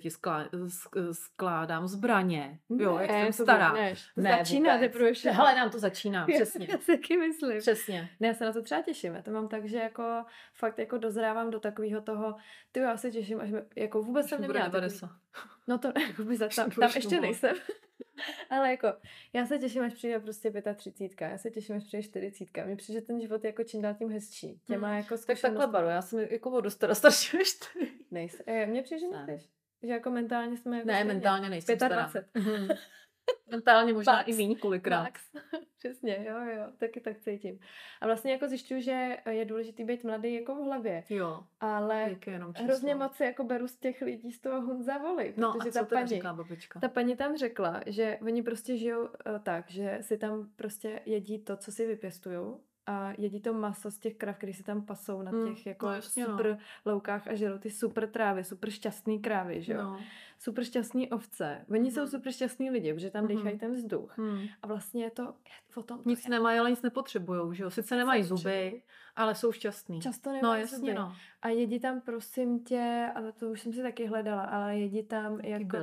skládám zbraně. Jo, jak jsem stará. Ne, začíná teprve vše. Hele, nám to začíná, přesně. Já si taky myslím. Přesně. Ne, já se na to třeba těším. Já to mám tak, že jako fakt jako dozrávám do takového toho, já se těším, až jako vůbec jsem neměla takový. No to vůbec tam ještě nejsem. Ale jako, já se těším, až přijde prostě 35, já se těším, až přijde 40. Mně přijde, že ten život je jako čím dál tím hezčí. Těma jako tak takhle baru, já jsem jako budu starší než ty. Nejsi. Mně přijde, že nejseš. Že jako mentálně jsme jako ne, mentálně nejsem 25. Mentálně možná i míň kolikrát. Přesně, jo, taky tak cítím. A vlastně jako zjišťuju, že je důležitý být mladý jako v hlavě. Jo. Ale hrozně moc jako beru z těch lidí z toho Hunzavoli. No a co teda říká babička? Ta paní tam řekla, že oni prostě žijou tak, že si tam prostě jedí to, co si vypěstujou a jedí to maso z těch krav, který si tam pasou na těch jako super loukách a žerou ty super trávy, super šťastný krávy, že jo. No. Super šťastný ovce. Oni jsou super šťastný lidi, protože tam dýchají ten vzduch. A vlastně je to o tom. Nic nemají, ale nic nepotřebujou, že jo. Sice nemají zuby, ale jsou šťastný. Často nemají zuby. No. A jedí tam, prosím tě, ale to už jsem si taky hledala, ale jedí tam jako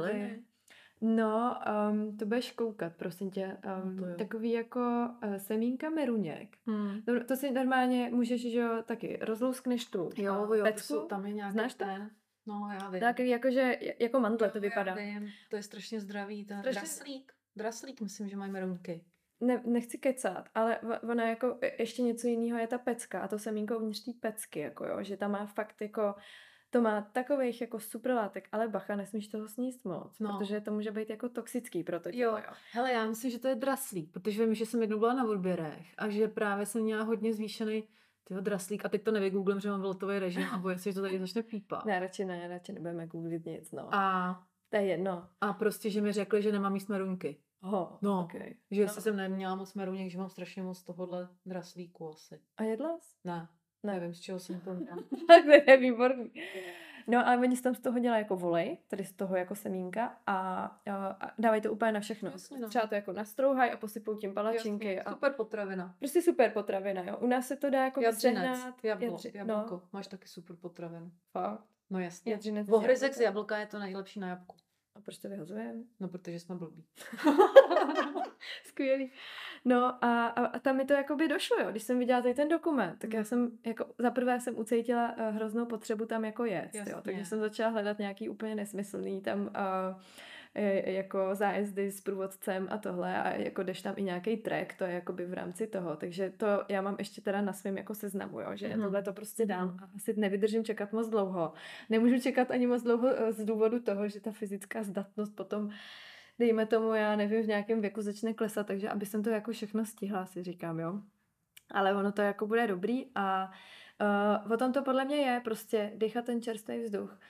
no, to budeš koukat, prosím tě. Takový jako semínka meruněk. To si normálně můžeš, že jo, taky rozlouskneš tu pecku. Tam je nějaký znáš to? No, já vím. Takový jakože, jako mandle to vypadá. Já vím, to je strašně zdravý. Draslík, myslím, že mají merunky. Nechci kecat, ale ona jako ještě něco jiného je ta pecka a to semínko uvnitř té pecky, jako jo, že tam má fakt jako to má takových jako super látek, ale bacha, nesmíš toho sníst moc, protože to může být jako toxický pro to tělo. Jo. Hele, já myslím, že to je draslík, protože vím, že jsem jednou byla na odběrech a že právě jsem měla hodně zvýšený draslík a teď to nevygooglím, že mám vletový režim a bojím se, že to tady začne pípat. Ne, radši nebudeme googlit nic, no. A to je jedno. A prostě, že mi řekli, že nemám jíst meruňky. Okay. Že jsem neměla moc meruněk, že mám strašně moc tohohle draslíku asi. A jedla jsi? Ne. Nevím, z čeho jsem to měla. To je výborný. No ale oni tam z toho dělají jako volej, tedy z toho jako semínka a dávají to úplně na všechno. Jasně, no. Třeba to jako nastrouhají a posypou tím palačinky. Jasně, super potravina. Prostě super potravina, jo. U nás se to dá jako vysehnat. Jablko. No. Máš taky super potravinu. Fakt? No jasně. Ohryzek z jablka je to nejlepší na jabku. A proč to vyhazujeme? No, protože jsme blbí. Skvělý. No a tam mi to jakoby došlo, jo. Když jsem viděla tady ten dokument, tak já jsem jako zaprvé jsem ucítila hroznou potřebu tam jako jet, jo. Takže jsem začala hledat nějaký úplně nesmyslný tam jako zájezdy s průvodcem a tohle a jako jdeš tam i nějaký track, to je jakoby v rámci toho, takže to já mám ještě teda na svém jako seznamu, jo, že tohle to prostě dám a asi nevydržím čekat moc dlouho. Nemůžu čekat ani moc dlouho z důvodu toho, že ta fyzická zdatnost potom dejme tomu, já nevím, v nějakém věku začne klesat, takže aby jsem to jako všechno stihla, si říkám, jo. Ale ono to jako bude dobrý a o tom to podle mě je, prostě dechat ten čerstvý vzduch.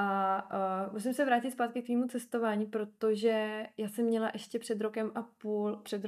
A musím se vrátit zpátky k tvému cestování, protože já jsem měla ještě před 3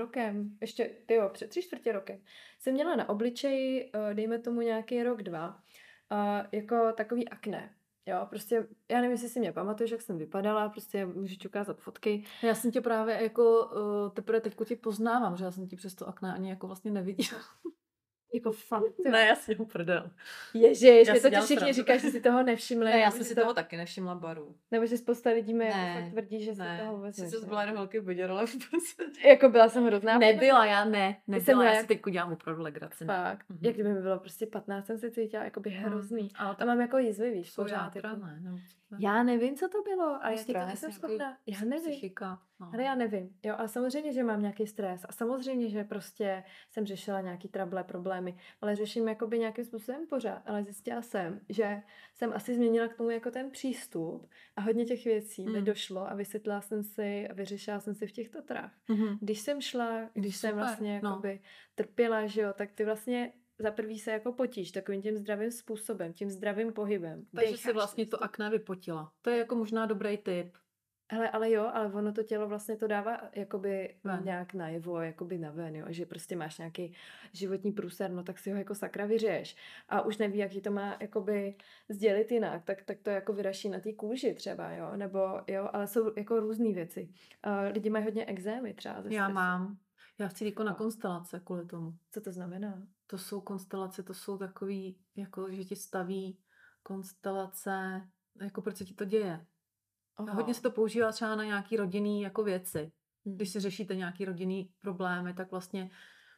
čtvrtě rokem, jsem měla na obličeji, dejme tomu nějaký rok, 2, jako takový akné. Jo, prostě, já nevím, jestli si mě pamatuješ, jak jsem vypadala, prostě můžu ti ukázat fotky. Já jsem tě právě jako teprve teďko tě poznávám, že já jsem ti přes to akné ani jako vlastně neviděla. Jako fakt. Ne, já si ho prdel. Ježiš, mě to ti všichni říkají, že si toho nevšimli. Ne, já jsem si toho taky nevšimla, baru. Nebo že spousta lidí mi fakt tvrdí, že si toho vůbec nevšimla. Jsi byla jenom velký beděr, ale jako byla jsem hrozná. Nebyla, já si teď dělám opravdu legraci. Fakt. Jak kdyby mi bylo prostě 15, jsem se cítila jakoby hrozný. Ale to mám jako jízvy, víš, pořád. Já nevím, co to bylo. A já ti to nejsem schopná. Já nevím. Psychika. No. Ale já nevím, jo, ale samozřejmě, že mám nějaký stres a samozřejmě, že prostě jsem řešila nějaký trable, problémy, ale řeším jakoby nějakým způsobem pořád, ale zjistila jsem, že jsem asi změnila k tomu jako ten přístup a hodně těch věcí mi došlo a vysvětlila jsem si a vyřešila jsem si v těch Tatrách. Když jsem šla, když jsem vlastně jakoby trpěla, že jo, tak ty vlastně za prvý se jako potíš takovým tím zdravým způsobem, tím zdravým pohybem. Takže si vlastně to akné vypotila. To je jako možná dobrý tip. Hele, ale ono to tělo vlastně to dává jakoby nějak najevo, jakoby na ven, jo, že prostě máš nějaký životní průser, no tak si ho jako sakra vyřeš a už neví, jak ti to má jakoby sdělit jinak, tak to jako vyraší na té kůži třeba, jo, nebo jo, ale jsou jako různý věci. Lidi mají hodně ekzémy třeba ze stresu. Já mám. Já chci jít na konstelace kvůli tomu. Co to znamená? To jsou konstelace, to jsou takový, jako že ti staví konstelace, jako proč se ti to děje. Aha. Hodně se to používá třeba na nějaký rodinný jako věci. Když si řešíte nějaký rodinný problémy, tak vlastně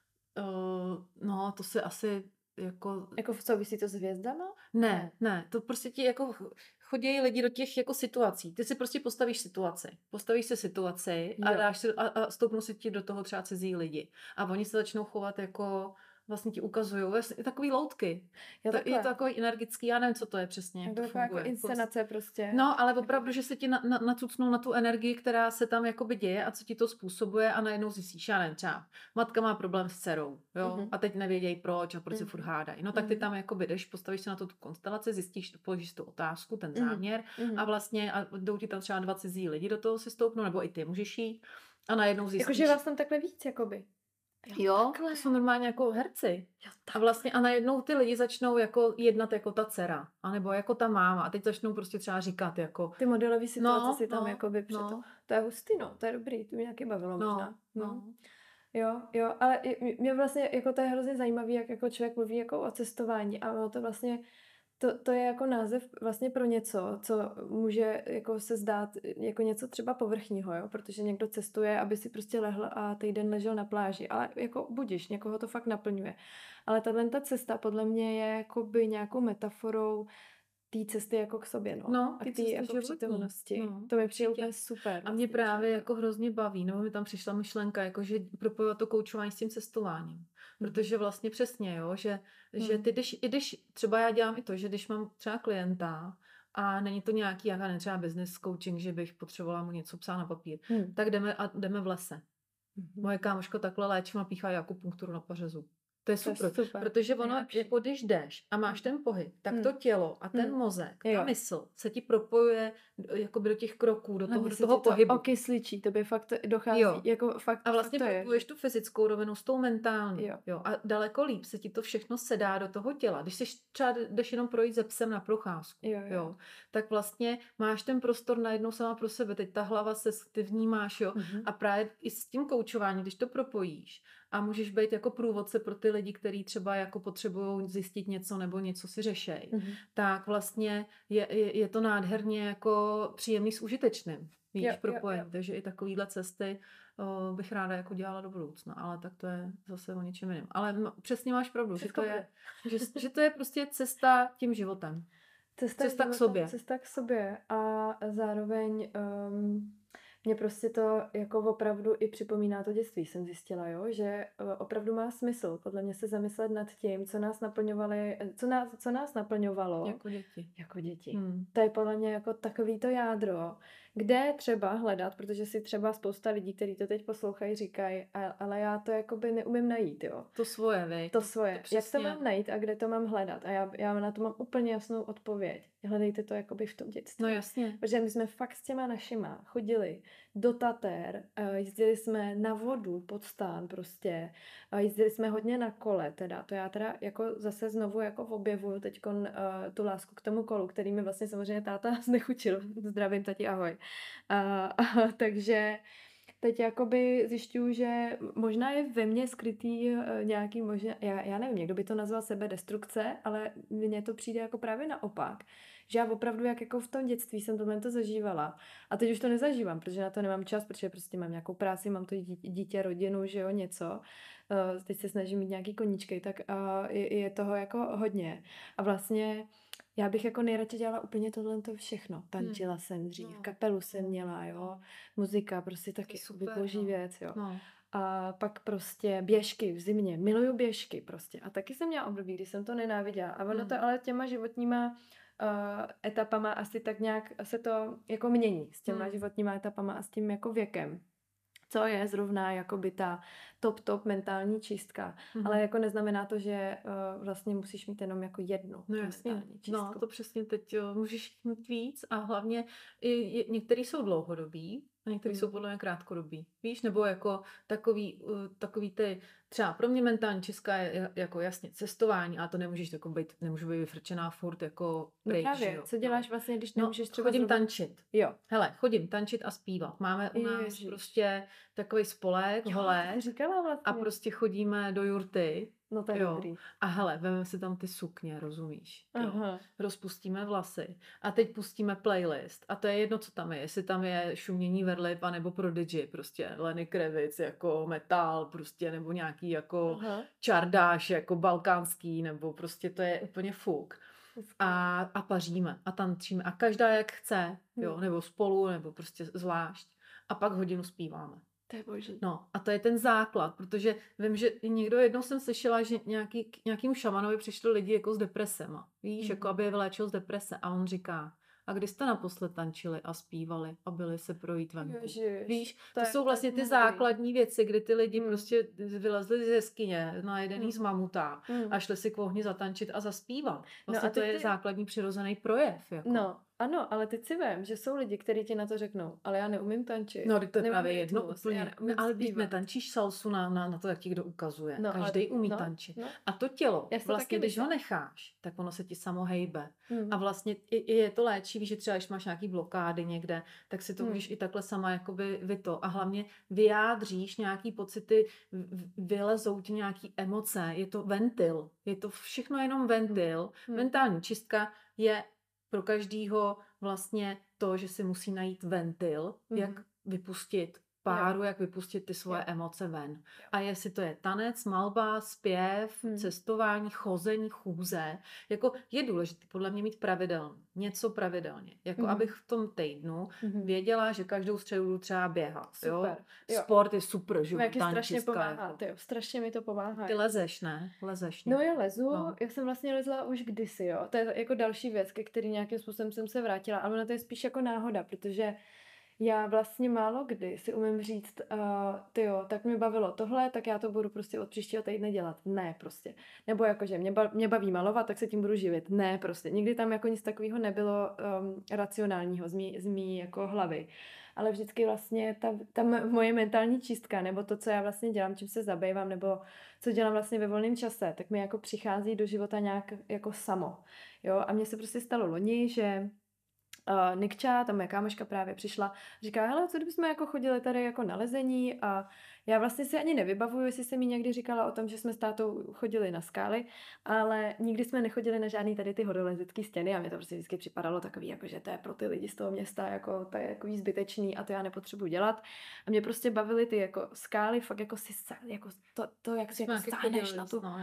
no, to se asi jako... Jako v souvisí to s hvězdama? Ne, to prostě ti jako chodí lidi do těch jako situací. Ty si prostě postavíš si situaci a dáš si, a stoupnou si ti do toho třeba cizí lidi. A oni se začnou chovat jako... vlastně ti ukazují vlastně takový loutky. Je to takový energický, já nevím, co to je přesně, jak to funguje. Jako inscenace prostě. No, ale opravdu, že se ti nacucnou na tu energii, která se tam jakoby děje a co ti to způsobuje a najednou zjistíš, já nevím, třeba matka má problém s dcerou, jo, a teď nevědějí proč a proč se furt hádají. No tak ty tam jakoby jdeš, postavíš se na tu konstelaci, zjistíš, položíš tu otázku, ten záměr a vlastně a jdou ti tam třeba 2 cizí lidi do toho si stoupnou, nebo i ty můžeš jít a najednou zjistíš. Jakože vás tam takhle víc, jakoby. Jo, to jsou normálně jako herci. A vlastně a najednou ty lidi začnou jako jednat jako ta dcera, anebo jako ta máma a teď začnou prostě třeba říkat jako... Ty modelové situace si tam jakoby to je hustý, no, to je dobrý, to mě nějaký bavilo možná. Jo, ale mě vlastně jako to je hrozně zajímavý, jak jako člověk mluví jako o cestování a ono to vlastně to je jako název vlastně pro něco, co může jako se zdát jako něco třeba povrchního, jo? Protože někdo cestuje, aby si prostě lehl a týden ležel na pláži, ale jako budiš, někoho to fakt naplňuje. Ale ta cesta podle mě je jakoby nějakou metaforou té cesty jako k sobě, no. A ty jako přítomnosti. To mi přijde úplně super. A mě právě jako hrozně baví, no mi tam přišla myšlenka, jako že propojovat to koučování s tím cestováním. Protože vlastně přesně, jo, že ty když třeba já dělám i to, že když mám třeba klienta a není to nějaký, já nevím, třeba business coaching, že bych potřebovala mu něco psát na papír, tak jdeme v lese. Moje kámoška takhle léčím a píchá akupunkturu na pařezu. To je super, protože ono, jako když jdeš a máš ten pohyb, tak to tělo a ten mozek, ta mysl se ti propojuje jakoby do těch kroků, do toho pohybu. Okysličí, tobě fakt dochází, jako fakt. A vlastně propojuješ tu fyzickou rovinu s tou mentální. Jo. A daleko líp se ti to všechno sedá do toho těla. Když jsi třeba jdeš jenom projít se psem na procházku, jo, tak vlastně máš ten prostor najednou sama pro sebe. Teď ta hlava ty vnímáš, jo. A právě i s tím koučováním, když to propojíš, a můžeš být jako průvodce pro ty lidi, kteří třeba jako potřebují zjistit něco nebo něco si řešej. Tak vlastně je to nádherně jako příjemný s užitečným. Víš, propojení. Takže i takovýhle cesty bych ráda jako dělala do budoucna. Ale tak to je zase o něčem jiném. Ale přesně máš pravdu, že to je prostě cesta tím životem. Cesta k sobě. Cesta k sobě a zároveň... Mě prostě to jako opravdu i připomíná to dětství, jsem zjistila, jo? Že opravdu má smysl podle mě se zamyslet nad tím, co nás naplňovalo. Jako děti. To je podle mě jako takový to jádro, kde třeba hledat, protože si třeba spousta lidí, kteří to teď poslouchají, říkají, ale já to jakoby neumím najít, jo. To svoje, vej. To svoje. Jak to mám najít a kde to mám hledat? A já na to mám úplně jasnou odpověď. Hledejte to jakoby v tom dětství. No jasně. Protože my jsme fakt s těma našima chodili do Tater, jezdili jsme na vodu pod stán prostě, jezdili jsme hodně na kole teda, to já teda jako zase znovu jako objevuju teďkon tu lásku k tomu kolu, který mi vlastně samozřejmě táta znechutil. Zdravím, tati, ahoj. Takže teď jakoby zjišťuju, že možná je ve mně skrytý nějaký možná, já nevím, někdo by to nazval sebedestrukce, ale mně to přijde jako právě naopak. Že já opravdu, jak jako v tom dětství jsem tohle to zažívala. A teď už to nezažívám, protože na to nemám čas, protože prostě mám nějakou práci, mám to dítě, rodinu, že jo, něco. Teď se snažím mít nějaký koníčky, tak je toho jako hodně. A vlastně Já bych jako nejradši dělala úplně tohle všechno. Tančila jsem dřív, kapelu jsem měla, jo. Muzika prostě taky boží věc, jo. A pak prostě běžky v zimě. Miluju běžky prostě. A taky jsem měla období, kdy jsem to nenáviděla. A ono to ale těma životníma etapama asi tak nějak se to jako mění. S těma životníma etapama a s tím jako věkem. Co je zrovna jakoby ta top mentální čistka. Ale jako neznamená to, že vlastně musíš mít jenom jako jednu mentální čistku. No, to přesně teď můžeš mít víc a hlavně některý jsou dlouhodobí a některý jsou podle mě krátkodobí. Víš, nebo jako takový ty, třeba pro mě mentální čistka je jako jasně cestování, a to nemůžeš jako nemůžu být vyfrčená furt jako pryč. No právě, co děláš vlastně, když nemůžeš třeba chodím tančit. Jo. Hele, chodím tančit a zpívat. Máme u nás prostě takový spolek, holé. Říkala vlastně. A prostě chodíme do jurty. No to je dobrý. A hele, vememe si tam ty sukně, rozumíš? Jo. Rozpustíme vlasy. A teď pustíme playlist. A to je jedno, co tam je. Jestli tam je šumění Verlip, nebo Prodigy, prostě Lenny Kravitz, jako metal, prostě, nebo nějaký jako čardáš, jako balkánský, nebo prostě to je úplně fuk. A paříme a tančíme. A každá jak chce, jo, nebo spolu, nebo prostě zvlášť. A pak hodinu zpíváme. To je boží. No a to je ten základ, protože vím, že jednou jsem slyšela, že nějakému šamanovi přišli lidi jako s depresema. Víš, jako aby je vylečil z deprese. A on říká, a kdy jste naposled tančili a zpívali a byli se projít venku? Víš, to jsou vlastně ty základní věci, kdy ty lidi prostě vylezli z jeskyně najedený z mamuta a šli si k ohni zatančit a zaspívat. Vlastně to je základní přirozený projev. Jako. No, ano, ale teď si vím, že jsou lidi, kteří ti na to řeknou, ale já neumím tančit. No, to je právě jedno úplně. Ale když netančíš salsu na to, jak ti kdo ukazuje. No, každý umí tančit. No. A to tělo, vlastně, když ho necháš, tak ono se ti samo hejbe. A vlastně je to léčivý, že třeba, když máš nějaký blokády někde, tak si to můžeš i takhle sama jakoby a hlavně vyjádříš nějaký pocity, vylezou ti nějaký emoce, je to ventil. Je to všechno jenom ventil. Mentální čistka je pro každýho vlastně to, že si musí najít ventil, jak vypustit páru, jak vypustit ty svoje emoce ven. A jestli to je tanec, malba, zpěv, cestování, chození, chůze, jako je důležité podle mě mít něco pravidelně. Jako abych v tom týdnu věděla, že každou středu třeba běhat. Jo? Sport je super, že jo. Strašně pomáhá, jako. Strašně mi to pomáhá. Ty lezeš, ne? Lezeš. No já lezu, já jsem vlastně lezla už kdysi, jo. To je jako další věc, ke který nějakým způsobem jsem se vrátila, ale ona to je spíš jako náhoda, protože já vlastně málo kdy si umím říct, tak mě bavilo tohle, tak já to budu prostě od příštího týdne dělat. Ne, prostě. Nebo jakože mě baví malovat, tak se tím budu živit. Ne, prostě. Nikdy tam jako nic takového nebylo racionálního z mý jako hlavy. Ale vždycky vlastně ta moje mentální čistka, nebo to, co já vlastně dělám, čím se zabývám, nebo co dělám vlastně ve volném čase, tak mi jako přichází do života nějak jako samo. Jo? A mně se prostě stalo loni, že Nikča, tam moje kámoška právě přišla, říká, hele, co kdybychom jako chodili tady jako na lezení a já vlastně si ani nevybavuju, jestli jsem jí někdy říkala o tom, že jsme s tátou chodili na skály, ale nikdy jsme nechodili na žádný tady ty hodolezecký stěny a mě to prostě vždycky připadalo takový, jako, že to je pro ty lidi z toho města, jako to je jako zbytečný a to já nepotřebuji dělat. A mě prostě bavily ty jako skály, fakt jako si jako to jak si jako stáneš na tu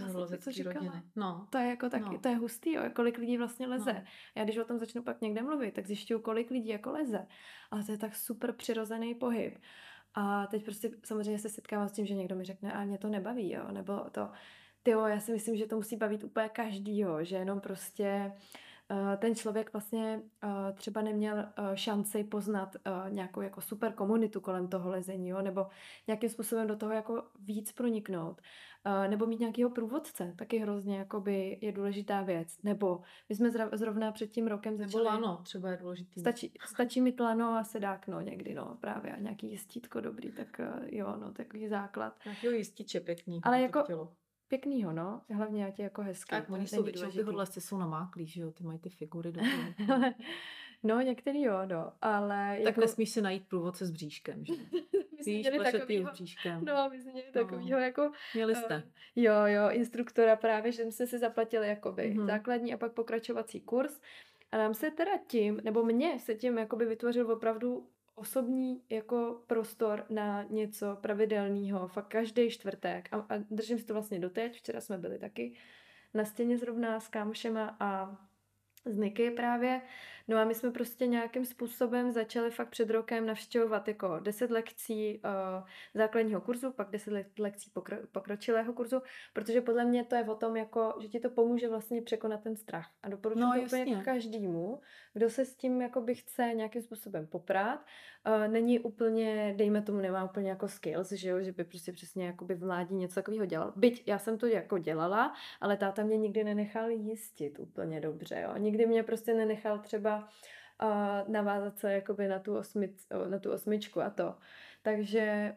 to je jako taky, to je hustý, jo, kolik lidí vlastně leze. Já když o tom začnu pak někde mluvit, tak zjišťuju, kolik lidí jako leze. Ale to je tak super přirozený pohyb. A teď prostě samozřejmě se setkávám s tím, že někdo mi řekne, a mě to nebaví, jo, nebo to, já si myslím, že to musí bavit úplně každýho, že jenom prostě ten člověk vlastně třeba neměl šanci poznat nějakou jako super komunitu kolem toho lezení, jo, nebo nějakým způsobem do toho jako víc proniknout, nebo mít nějakého průvodce, taky hrozně jakoby je důležitá věc, nebo my jsme zrovna před tím rokem začali... Nebo lano, třeba je důležitý. Stačí mít lano a sedákno někdy, no, právě, a nějaký jistítko dobrý, tak jo, no, takový základ. Nějakého jističe pěkný. Ale jako pěknýho, no. Hlavně ať je jako hezký. Tak oni jsou většinou ty hodlesci jsou namáklí, že jo? Ty mají ty figury. No, některý jo, no. Ale tak jako... nesmíš si najít průvodce s bříškem, že? Víš, plešatý s bříškem. No, my jsme měli takovýho jako... Měli jste. Jo, instruktora právě, že jsme si zaplatili jakoby základní a pak pokračovací kurz. A nám se teda tím, nebo mně se tím jakoby vytvořil opravdu osobní jako prostor na něco pravidelného, fakt každý čtvrtek a držím si to vlastně doteď, včera jsme byli taky na stěně zrovna s kámošema a z Niky právě. No a my jsme prostě nějakým způsobem začali fakt před rokem navštěvovat jako 10 lekcí základního kurzu, pak 10 lekcí pokročilého kurzu, protože podle mě to je o tom, jako, že ti to pomůže vlastně překonat ten strach. A doporučuji to úplně každému, kdo se s tím jakoby chce nějakým způsobem poprát. Není úplně, dejme tomu, nemá úplně jako skills, že jo, že by prostě přesně jakoby v mládí něco takového dělal. Byť já jsem to jako dělala, ale táta mě nikdy nenechal jistit úplně dobře, jo. Nikdy mě prostě nenechal třeba navázat se jakoby na tu osmičku a to. Takže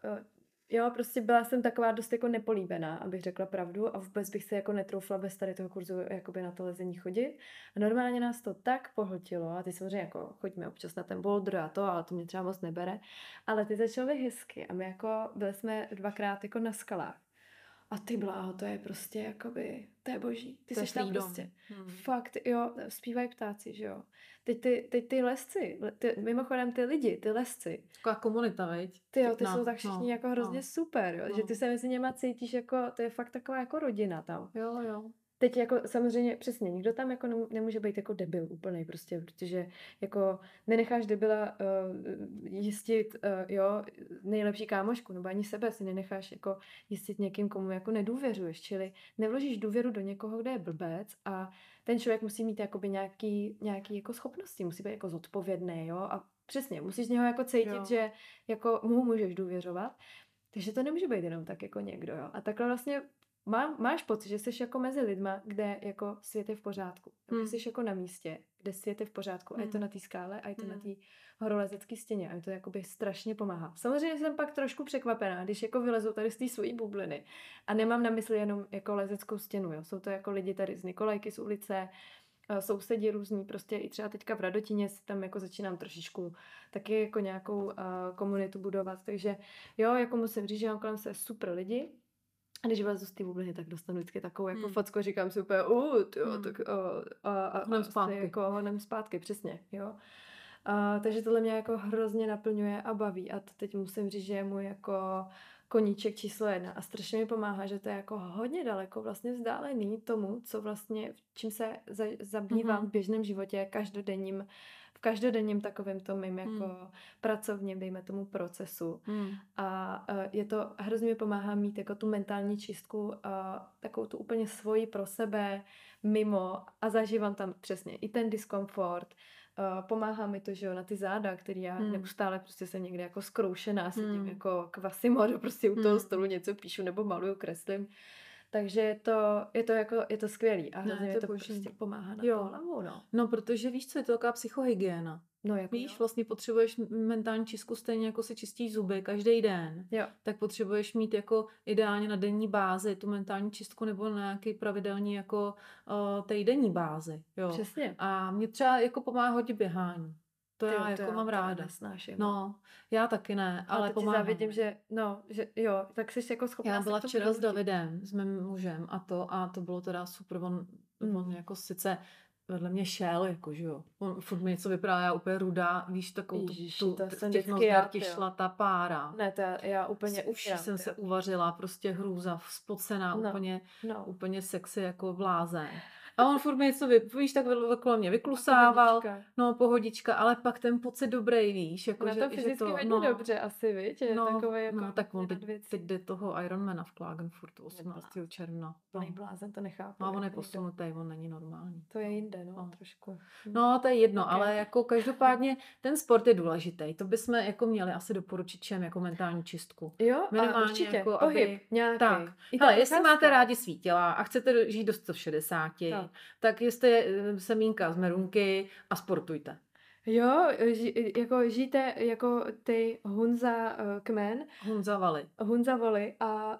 jo, prostě byla jsem taková dost jako nepolíbená, abych řekla pravdu, a vůbec bych se jako netroufla bez tady toho kurzu jakoby na to lezení chodit. A normálně nás to tak pohltilo, a ty samozřejmě jako chodíme občas na ten boulder a to, ale to mě třeba moc nebere. Ale ty začaly být hezky a my jako byli jsme 2krát jako na skalách. A ty bláho, to je prostě jakoby, to je boží. Ty seš tam prostě. Fakt, jo, zpívají ptáci, že jo. Teď ty lesci, mimochodem ty lidi, ty lesci. Taková komunita, veď? Ty jo, ty jsou tak všichni jako hrozně super, jo. Že ty se mezi něma cítíš jako, to je fakt taková jako rodina tam. Jo. Teď jako samozřejmě přesně, nikdo tam jako nemůže být jako debil úplnej prostě, protože jako nenecháš debila jistit, jo, nejlepší kámošku, nebo ani sebe si nenecháš jako jistit někým, komu jako nedůvěřuješ, čili nevložíš důvěru do někoho, kde je blbec, a ten člověk musí mít jakoby nějaký jako schopnosti, musí být jako zodpovědný, jo, a přesně, musíš z něho jako cítit, že jako mu můžeš důvěřovat, takže to nemůže být jenom tak jako někdo, jo, a takhle vlastně máš pocit, že jsi jako mezi lidma, kde jako svět je v pořádku. Jsi jako na místě, kde svět je v pořádku. A je to na té skále, a je to na té horolezecké stěně. A mi to jakoby strašně pomáhá. Samozřejmě jsem pak trošku překvapená, když jako vylezu tady z té svojí bubliny. A nemám na mysli jenom jako lezeckou stěnu. Jo. Jsou to jako lidi tady z Nikolajky, z ulice, sousedi různí, prostě i třeba teďka v Radotíně tam jako začínám trošičku taky jako nějakou komunitu budovat. Takže jo, jako musím říct, že mám kolem se super lidi. A když vylezu z té bubliny, tak dostanu vždycky takovou jako facku, říkám si úplně, tak honem zpátky, přesně, jo. Takže tohle mě jako hrozně naplňuje a baví, a to teď musím říct, že je můj jako koníček číslo 1 a strašně mi pomáhá, že to je jako hodně daleko vlastně vzdálený tomu, co vlastně, čím se zabývám v běžném životě, v každodenním takovém tom mým jako pracovním, dejme tomu, procesu. A je to, hrozně mi pomáhá mít jako tu mentální čistku, takovou tu úplně svoji pro sebe, mimo, a zažívám tam přesně i ten diskomfort. Pomáhá mi to, že jo, na ty záda, který já neustále prostě jsem někde jako zkroušená, sedím jako Quasimodo, prostě u toho stolu něco píšu nebo maluju, kreslím. Takže je to skvělý a hrozně mi to prostě pomáhá na to hlavu, no. No, protože víš co, je to taková psychohygiena. No, jako víš, vlastně potřebuješ mentální čistku stejně jako si čistíš zuby každý den. Jo. Tak potřebuješ mít jako ideálně na denní bázi tu mentální čistku nebo na nějaký pravidelný jako týdenní bázi. Jo. Přesně. A mě třeba jako pomáhá hodně běhání. To já jako mám ráda. Nesnáším. No, já taky ne, ale pomáhá. Já vidím, že jo, tak jsi jako schopná. Já byla včera s Davidem, s mým mužem, a to bylo teda super. On jako sice vedle mě šel, jako, že jo. On furt mi něco vypadá, já úplně rudá, víš, takovou z těch nozder ti šla ta pára. Ne, to já úplně už jsem se uvařila, prostě hrůza, spocená, úplně sexy jako blázen. A on furt mi něco, víš, tak kolem mě vyklusával, pohodička, ale pak ten pocit dobrý, víš, jako, na to fyzicky hodně dobře asi, víš, je takový jako... No, tak on teď jde toho Ironmana v Klagenfurtu 18. června. Plný blázen, to nechápu. No, on je posunutý, on není normální. To je jinde, trošku. No, to je jedno, ale jako každopádně ten sport je důležitý. To bychom jako měli asi doporučit všem jako mentální čistku. Jo, minimálně určitě, jako, pohyb nějaký. Tak, hele, jestli máte rádi svý těla a chcete žít do 160, tak jste semínka z merunky a sportujte. Jo, jako žijte jako ty Hunza kmen. Hunza Vali a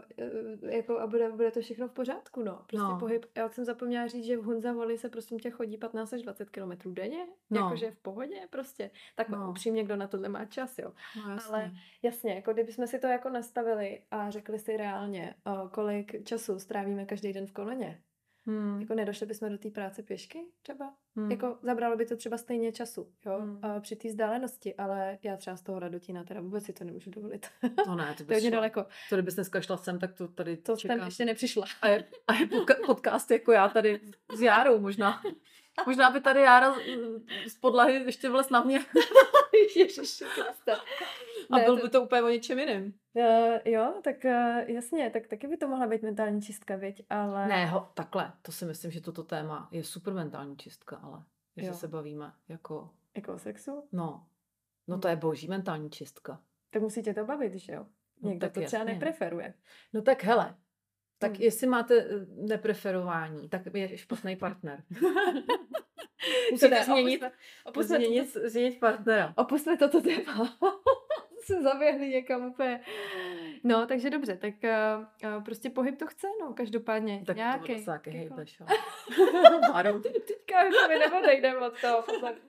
jako a bude to všechno v pořádku, no. Prostě pohyb. Já jsem zapomněla říct, že v Hunza Vali se prosím tě chodí 15 až 20 kilometrů denně. Jakože v pohodě prostě. Tak upřímně, kdo na tohle má čas, jo. No, jasně. Ale jasně, jako kdybychom si to jako nastavili a řekli si reálně, kolik času strávíme každý den v koleně. Jako nedošli bychom do té práce pěšky třeba? Jako zabralo by to třeba stejně času, jo? Při té vzdálenosti, ale já třeba z toho Radotína teda vůbec si to nemůžu dovolit. No ne, to je daleko. To kdybys dneska šla sem, tak to tady to čekám. To jsem ještě nepřišla. A je podcast jako já tady s Járou možná. Možná by tady Jára z podlahy ještě vlez na mě. Ježiši Kriste. A byl by to úplně o něčem jiným. Jo, tak jasně, tak taky by to mohla být mentální čistka, viď? Ale... Ne, takhle, to si myslím, že toto téma je super mentální čistka, ale že se bavíme jako... Jako o sexu? No to je boží mentální čistka. Tak musí tě to bavit, že jo? Někdo to třeba nepreferuje. No tak hele, tak jestli máte nepreferování, tak je špatný partner. Musíte změnit partnera. Opustme toto téma. Se zaběhli někam úplně. No, takže dobře, tak prostě pohyb to chce, no, každopádně. Tak nějaký. To bylo taky hejbeš, Teďka mi neodejdem od toho.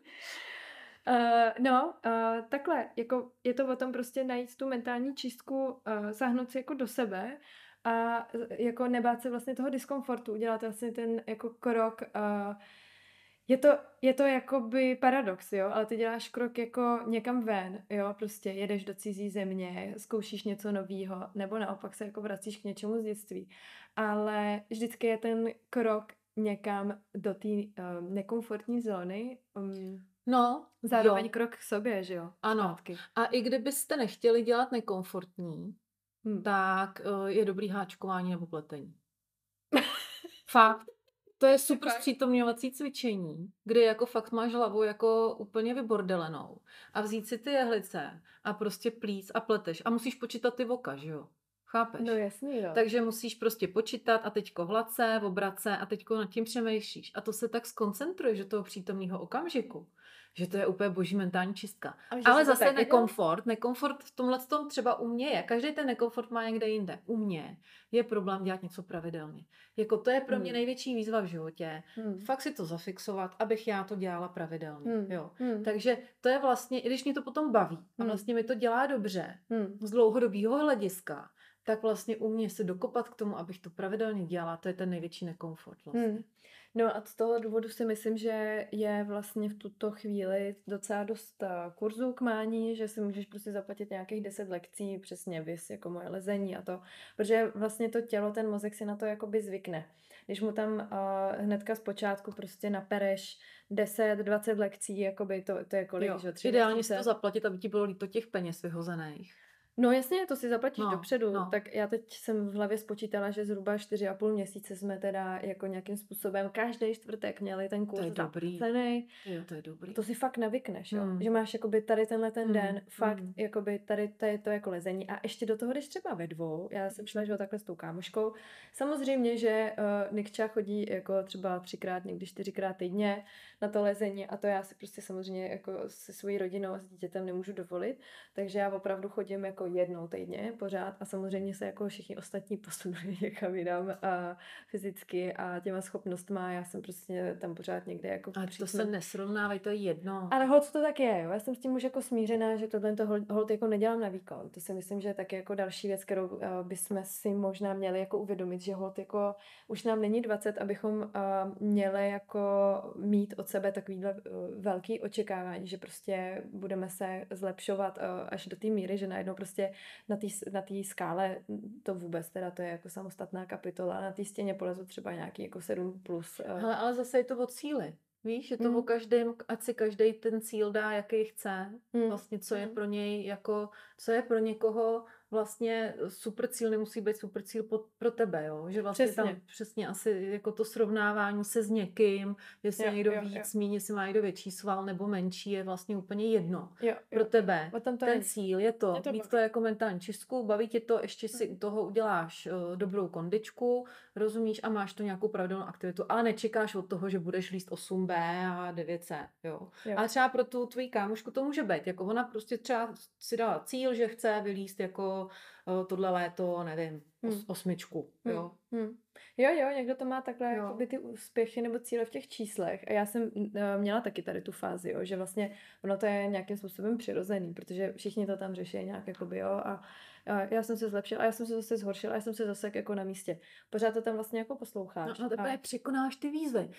Takhle, jako je to o tom prostě najít tu mentální čistku, sáhnout si jako do sebe a jako nebát se vlastně toho diskomfortu, udělat vlastně ten jako krok. Je to jakoby paradox, jo, ale ty děláš krok jako někam ven, jo, prostě jedeš do cizí země, zkoušíš něco novýho, nebo naopak se jako vracíš k něčemu z dětství. Ale vždycky je ten krok někam do té nekomfortní zóny, zároveň krok k sobě, že jo? Ano. Zpátky. A i kdybyste nechtěli dělat nekomfortní, tak je dobrý háčkování nebo pletení. Fakt. To je super zpřítomňovací cvičení, kdy jako fakt máš hlavu jako úplně vybordelenou a vzít si ty jehlice a prostě plíc a pleteš. A musíš počítat ty voka, že jo? Chápeš? No jasný, jo. Takže musíš prostě počítat a teďko hladce, obrace a teďko nad tím přemýšlíš. A to se tak skoncentruješ do toho přítomného okamžiku, že to je úplně boží mentální čistka. Ale zase nekomfort v tomhle tom třeba u mě je. Každý ten nekomfort má někde jinde. U mě je problém dělat něco pravidelně. Jako to je pro mě největší výzva v životě. Fakt si to zafixovat, abych já to dělala pravidelně. Jo. Takže to je vlastně, i když mě to potom baví a vlastně mi to dělá dobře z dlouhodobého hlediska, tak vlastně u mě se dokopat k tomu, abych to pravidelně dělala, to je ten největší nekomfort vlastně. No a z toho důvodu si myslím, že je vlastně v tuto chvíli docela dost kurzů k mání, že si můžeš prostě zaplatit nějakých 10 lekcí, přesně vys, jako moje lezení a to, protože vlastně to tělo, ten mozek si na to jakoby zvykne. Když mu tam hnedka z počátku prostě napereš 10-20 lekcí, jakoby to je kolik, že 3 ideálně si to zaplatit, aby ti bylo líto těch peněz vyhozených. No jasně, to si zaplatíš dopředu. Tak já teď jsem v hlavě spočítala, že zhruba 4,5 měsíce jsme teda jako nějakým způsobem každý čtvrtek měli ten kurz zaplacený. To je dobrý. To si fakt navykneš, jo? Že máš jakoby tady tenhle ten den, fakt jakoby tady je to jako lezení a ještě do toho jdeš třeba ve dvou. Já jsem šla, že takhle s tou kámoškou. Samozřejmě, že Nikča chodí jako třeba 3x, někdy 4x týdně na to lezení a to já si prostě samozřejmě jako se svojí rodinou a s dítětem nemůžu dovolit, takže já opravdu chodím jako jednou týdně pořád a samozřejmě se jako všichni ostatní posunují někam jinam fyzicky a těma schopnostma, já jsem prostě tam pořád někde jako... A to se nesrovnávají, to je jedno. Ale holt to tak je, jo. Já jsem s tím už jako smířená, že tohle holt jako nedělám na výkon. To si myslím, že je taky jako další věc, kterou bychom si možná měli jako uvědomit, že holt jako už nám není 20, abychom měli jako mít od sebe takovýhle velký očekávání, že prostě budeme se zlepšovat až do té míry, že najednou prostě na té skále to vůbec, teda to je jako samostatná kapitola, na té stěně polezu třeba nějaký jako 7+. Hele, ale zase je to o cíli. Víš, že to o každém, ať si každý ten cíl dá, jaký chce. Vlastně, co je pro něj jako, co je pro někoho vlastně super cíl, nemusí být super cíl pro tebe, jo? Že vlastně přesně. Tam přesně asi jako to srovnávání se s někým, jestli je někdo víc, míň, jestli má někdo větší sval nebo menší, je vlastně úplně jedno. Pro tebe. Ten cíl je to mít to jako mentální čistku, baví tě to, ještě si u toho uděláš dobrou kondičku, rozumíš, a máš to nějakou pravidelnou aktivitu, ale nečekáš od toho, že budeš líst 8B a 9C, jo. Ale třeba pro tu tvoji kámošku to může být, jako ona prostě třeba si dala cíl, že chce vylíst jako tohle léto, nevím, 8, jo. Jo, někdo to má takhle jakoby ty úspěchy nebo cíle v těch číslech a já jsem měla taky tady tu fázi, jo, že vlastně ono to je nějakým způsobem přirozený, protože všichni to tam řeší nějak jakoby, jo, a já jsem se zlepšila a já jsem se zase zhoršila a já jsem se zase jako na místě. Pořád to tam vlastně jako posloucháš. No teprve překonáš ty výzvy.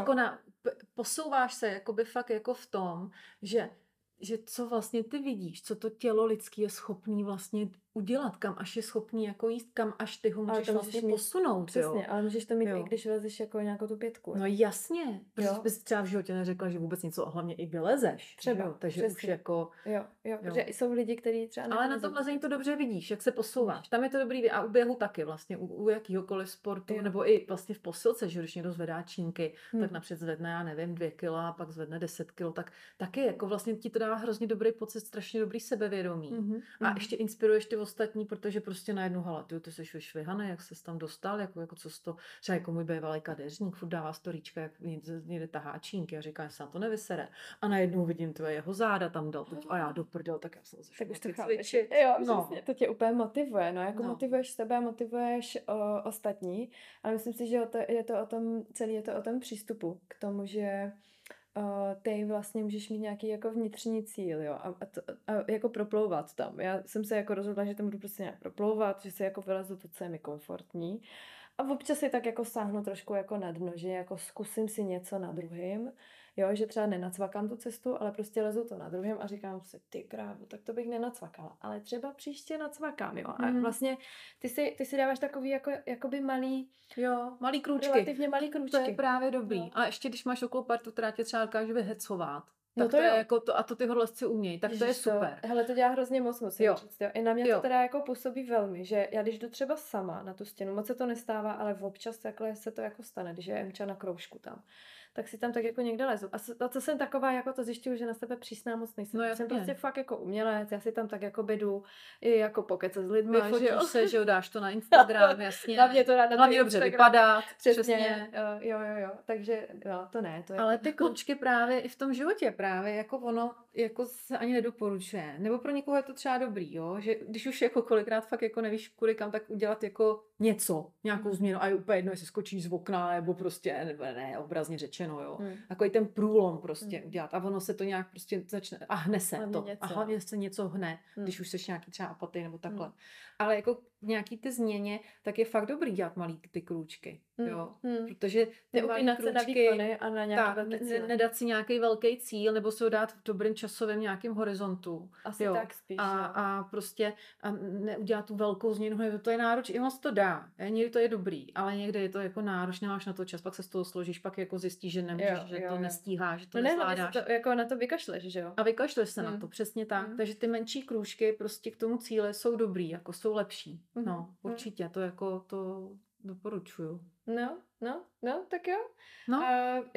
Posouváš se jakoby fakt jako v tom, že co vlastně ty vidíš, co to tělo lidský je schopný vlastně udělat, kam až je schopný jako jíst, kam až ty ho Ale můžeš to vlastně můžeš mít, posunout, přesně, jo. ale můžeš to mít Jo. i když vylezeš jako nějakou tu 5. No jasně, protože Jo. bys třeba v životě neřekla, že vůbec něco a hlavně i vylezeš. Třeba, jo? Takže přesně. už jako... Jo, protože jsou lidi, kteří třeba Ale na tom lezení to dobře vidíš, jak se posouváš. Tam je to dobrý a u běhu taky vlastně, u jakýhokoliv sportu, nebo i vlastně v posilce, že když někdo zvedá činky, tak napřed zvedne, já nevím, 2 kila, pak zvedne 10 kilo, tak taky jako vlastně ti to dává hrozně dobrý pocit, strašně dobrý sebevědomí. A ještě inspiruješ ty ostatní, protože prostě najednou, hele, ty jsi vyšvihaný, jak ses tam dostal, jako co to, třeba jako můj bývalý kadeřník, furt dává storíčka, jak někde tahá čínky a říká, že se na to nevysere. A najednou vidím jeho záda tam dal, a já do prdel, tak já jsem tak už to cvičit. Jo, přesně, to tě úplně motivuje, motivuješ sebe, motivuješ ostatní, ale myslím si, že je to o tom, celý je to o tom přístupu k tomu, že ty vlastně můžeš mít nějaký jako vnitřní cíl, jo, a jako proplouvat tam. Já jsem se jako rozhodla, že tam budu prostě nějak proplouvat, že se jako vylezu to, co je mi komfortní. A občas si tak jako sáhnu trošku jako na dno, že jako zkusím si něco na druhým, jo, že třeba nenacvakám tu cestu, ale prostě lezu to na druhém a říkám si, ty krávu, tak to bych nenacvakala, ale třeba příště nacvakám, jo. A vlastně ty si dáváš takový jakoby malý krůčky. Relativně malý krůčky. To je právě dobrý. No. A ještě když máš okolo partu, která tě třeba dokáže vyhecovat, tak to je jako to, a to ty horolezci umějí, tak to je super. Hele, to dělá hrozně moc, musím říct. Jo. I na mě to teda jako působí velmi, že já když jdu třeba sama na tu stěnu, moc se to nestává, ale občas takhle se to jako stane, když je Emča na kroužku tam, tak si tam tak jako někde lezu. A co jsem taková, jako to zjišťuju, že na sebe přísná moc nejsem. No, jsem prostě fakt jako umělec, já si tam tak jako jdu i jako pokecat s lidmi. Vyfotíš se, že jo, dáš to na Instagram, jasně. Hlavně to ráda hlavně dobře vypadat. Přesně. Jo. Takže to ne. To je ale ty kručky právě i v tom životě právě jako ono jako se ani nedoporučuje. Nebo pro někoho je to třeba dobrý, jo, že když už jako kolikrát fakt jako nevíš kudy kam, tak udělat jako něco, nějakou změnu a je úplně jedno, jestli skočíš z okna nebo prostě, nebo ne, obrazně řečeno, jo. Takový ten průlom prostě udělat a ono se to nějak prostě začne a hne se hlavně to. Něco. A hlavně se něco hne, když už seš nějaký třeba apatii nebo takhle. Ale jako nějaký ty změně, tak je fakt dobrý dělat malý ty krůčky, jo. Protože ty malý krůčky a na nějaký nedat si nějaký velký cíl nebo se ho dát v dobrém časovém nějakém horizontu. Asi tak spíš. A prostě neudělat tu velkou změnu, to je náročné. Ono se to dá, někdy to je dobrý, ale někdy je to jako náročné, máš na to čas, pak se z toho složíš, pak jako zjistíš, že nemůžeš, že to nestíháš, že to nezvládáš. To jako na to vykašleš, že jo? A vykašleš se na to, přesně tak. Takže ty menší krůžky prostě k tomu cíle jsou dobrý, jako jsou lepší. No, určitě, to jako to doporučuju. No, tak jo. No.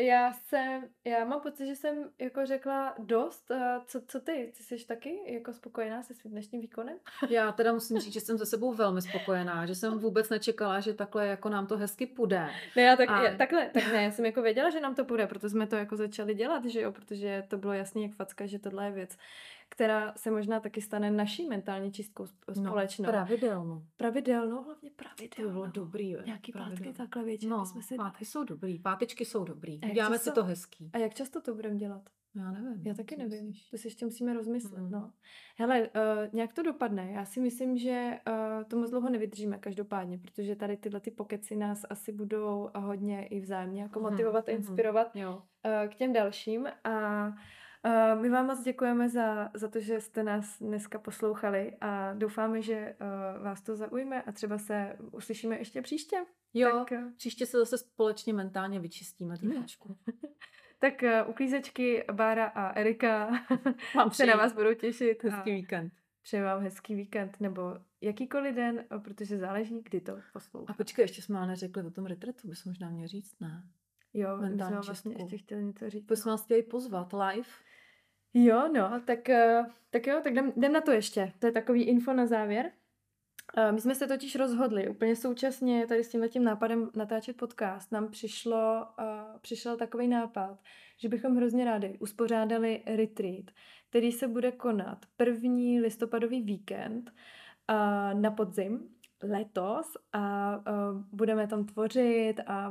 Já mám pocit, že jsem jako řekla dost. Co ty? Ty jsi taky jako spokojená se svým dnešním výkonem? Já teda musím říct, že jsem se sebou velmi spokojená, že jsem vůbec nečekala, že takhle jako nám to hezky půjde. Ne, já jsem jako věděla, že nám to půjde, proto jsme to jako začali dělat, že jo, protože to bylo jasný jak facka, že tohle je věc, která se možná taky stane naší mentální čistkou společnou. Pravidelnou, hlavně pravidelnou. To bylo dobrý. Nějaký pátky takhle většině jsme si pátky jsou dobrý, pátečky jsou dobrý. Děláme si to hezký. A jak často to budeme dělat? Já nevím. Já taky nevím. To si ještě musíme rozmyslet. No. Hele, nějak to dopadne. Já si myslím, že to moc dlouho nevydržíme každopádně, protože tady tyhle ty pokeci nás asi budou hodně i vzájemně jako motivovat a inspirovat k těm dalším. A my vám moc děkujeme za to, že jste nás dneska poslouchali a doufáme, že vás to zaujme a třeba se uslyšíme ještě příště. Jo, příště se zase společně mentálně vyčistíme trošičku. Tak uklízečky Bára a Erika se na vás budou těšit. Hezký víkend. Přeji vám hezký víkend nebo jakýkoliv den, protože záleží, kdy to posloucháte. A počkej, ještě jsme neřekli o tom retreatu, bys možná měl říct, ne? Jo, my jsme vlastně ještě chtěli něco říct. Bychom vás chtěli pozvat live. Jo, no, tak jdem na to ještě. To je takový info na závěr. My jsme se totiž rozhodli, úplně současně tady s tímhletím nápadem natáčet podcast, nám přišel takový nápad, že bychom hrozně rádi uspořádali retreat, který se bude konat 1. listopadový víkend na podzim letos a budeme tam tvořit a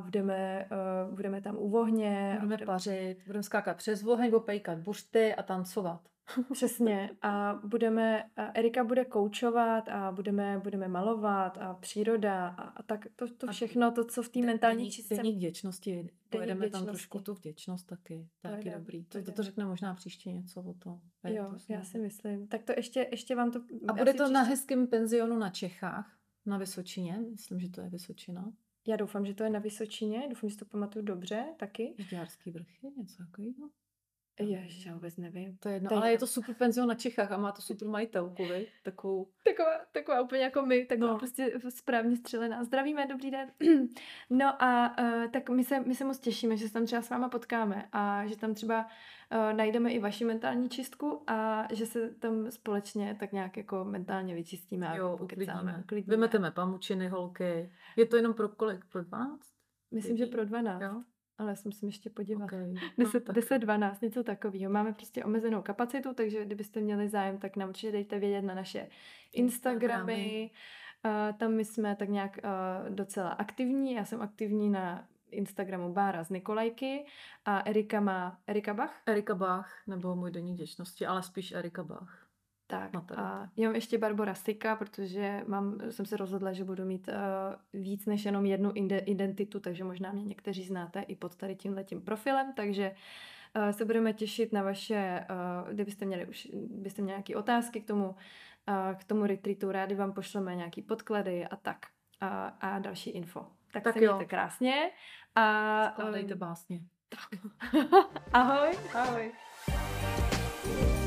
budeme tam u ohně. Budeme pařit, budeme skákat přes oheň, opejkat buřty a tancovat. Přesně. A Erika bude koučovat a budeme malovat a příroda a tak to všechno, to, co v té mentální čistce... Deník vděčnosti. Pojedeme tam trošku tu vděčnost taky. Taky dobrý. To řekne možná příště něco o tom. Jo, já si myslím. Tak to ještě vám to... A bude to na hezkém penzionu na Čechách, na Vysočině. Myslím, že to je Vysočina. Já doufám, že to je na Vysočině. Doufám, že to pamatuju dobře taky. Žďárský vrchy, něco takového. Ježiš, já vůbec nevím. To je jedno, ale je to super penzion na Čechách a má to super majitelku, vy? Taková úplně jako my, taková prostě správně střelená. Zdravíme, dobrý den. No a tak my se moc těšíme, že se tam třeba s váma potkáme a že tam třeba najdeme i vaši mentální čistku a že se tam společně tak nějak jako mentálně vyčistíme. Jo, uklidníme. Vymeteme pamučiny, holky. Je to jenom pro kolik? Pro 12? Myslím, že pro 12. Jo? Ale já jsem si ještě podívat. Okay. 10-12, něco takového. Máme prostě omezenou kapacitu, takže kdybyste měli zájem, tak nám určitě dejte vědět na naše Instagramy. Tam my jsme tak nějak docela aktivní. Já jsem aktivní na Instagramu Bára z Nikolajky a Erika má Erika Bach? Erika Bach, nebo Můj deník vděčnosti, ale spíš Erika Bach. Tak a já mám ještě Barbora Sika, protože jsem se rozhodla, že budu mít víc než jenom jednu identitu, takže možná mě někteří znáte i pod tady tímhletím profilem, takže se budeme těšit na vaše, kdybyste měli nějaké otázky k tomu retreatu, rádi vám pošleme nějaký podklady a tak a další info. Tak se mějte krásně a skládejte básně. Tak. Ahoj.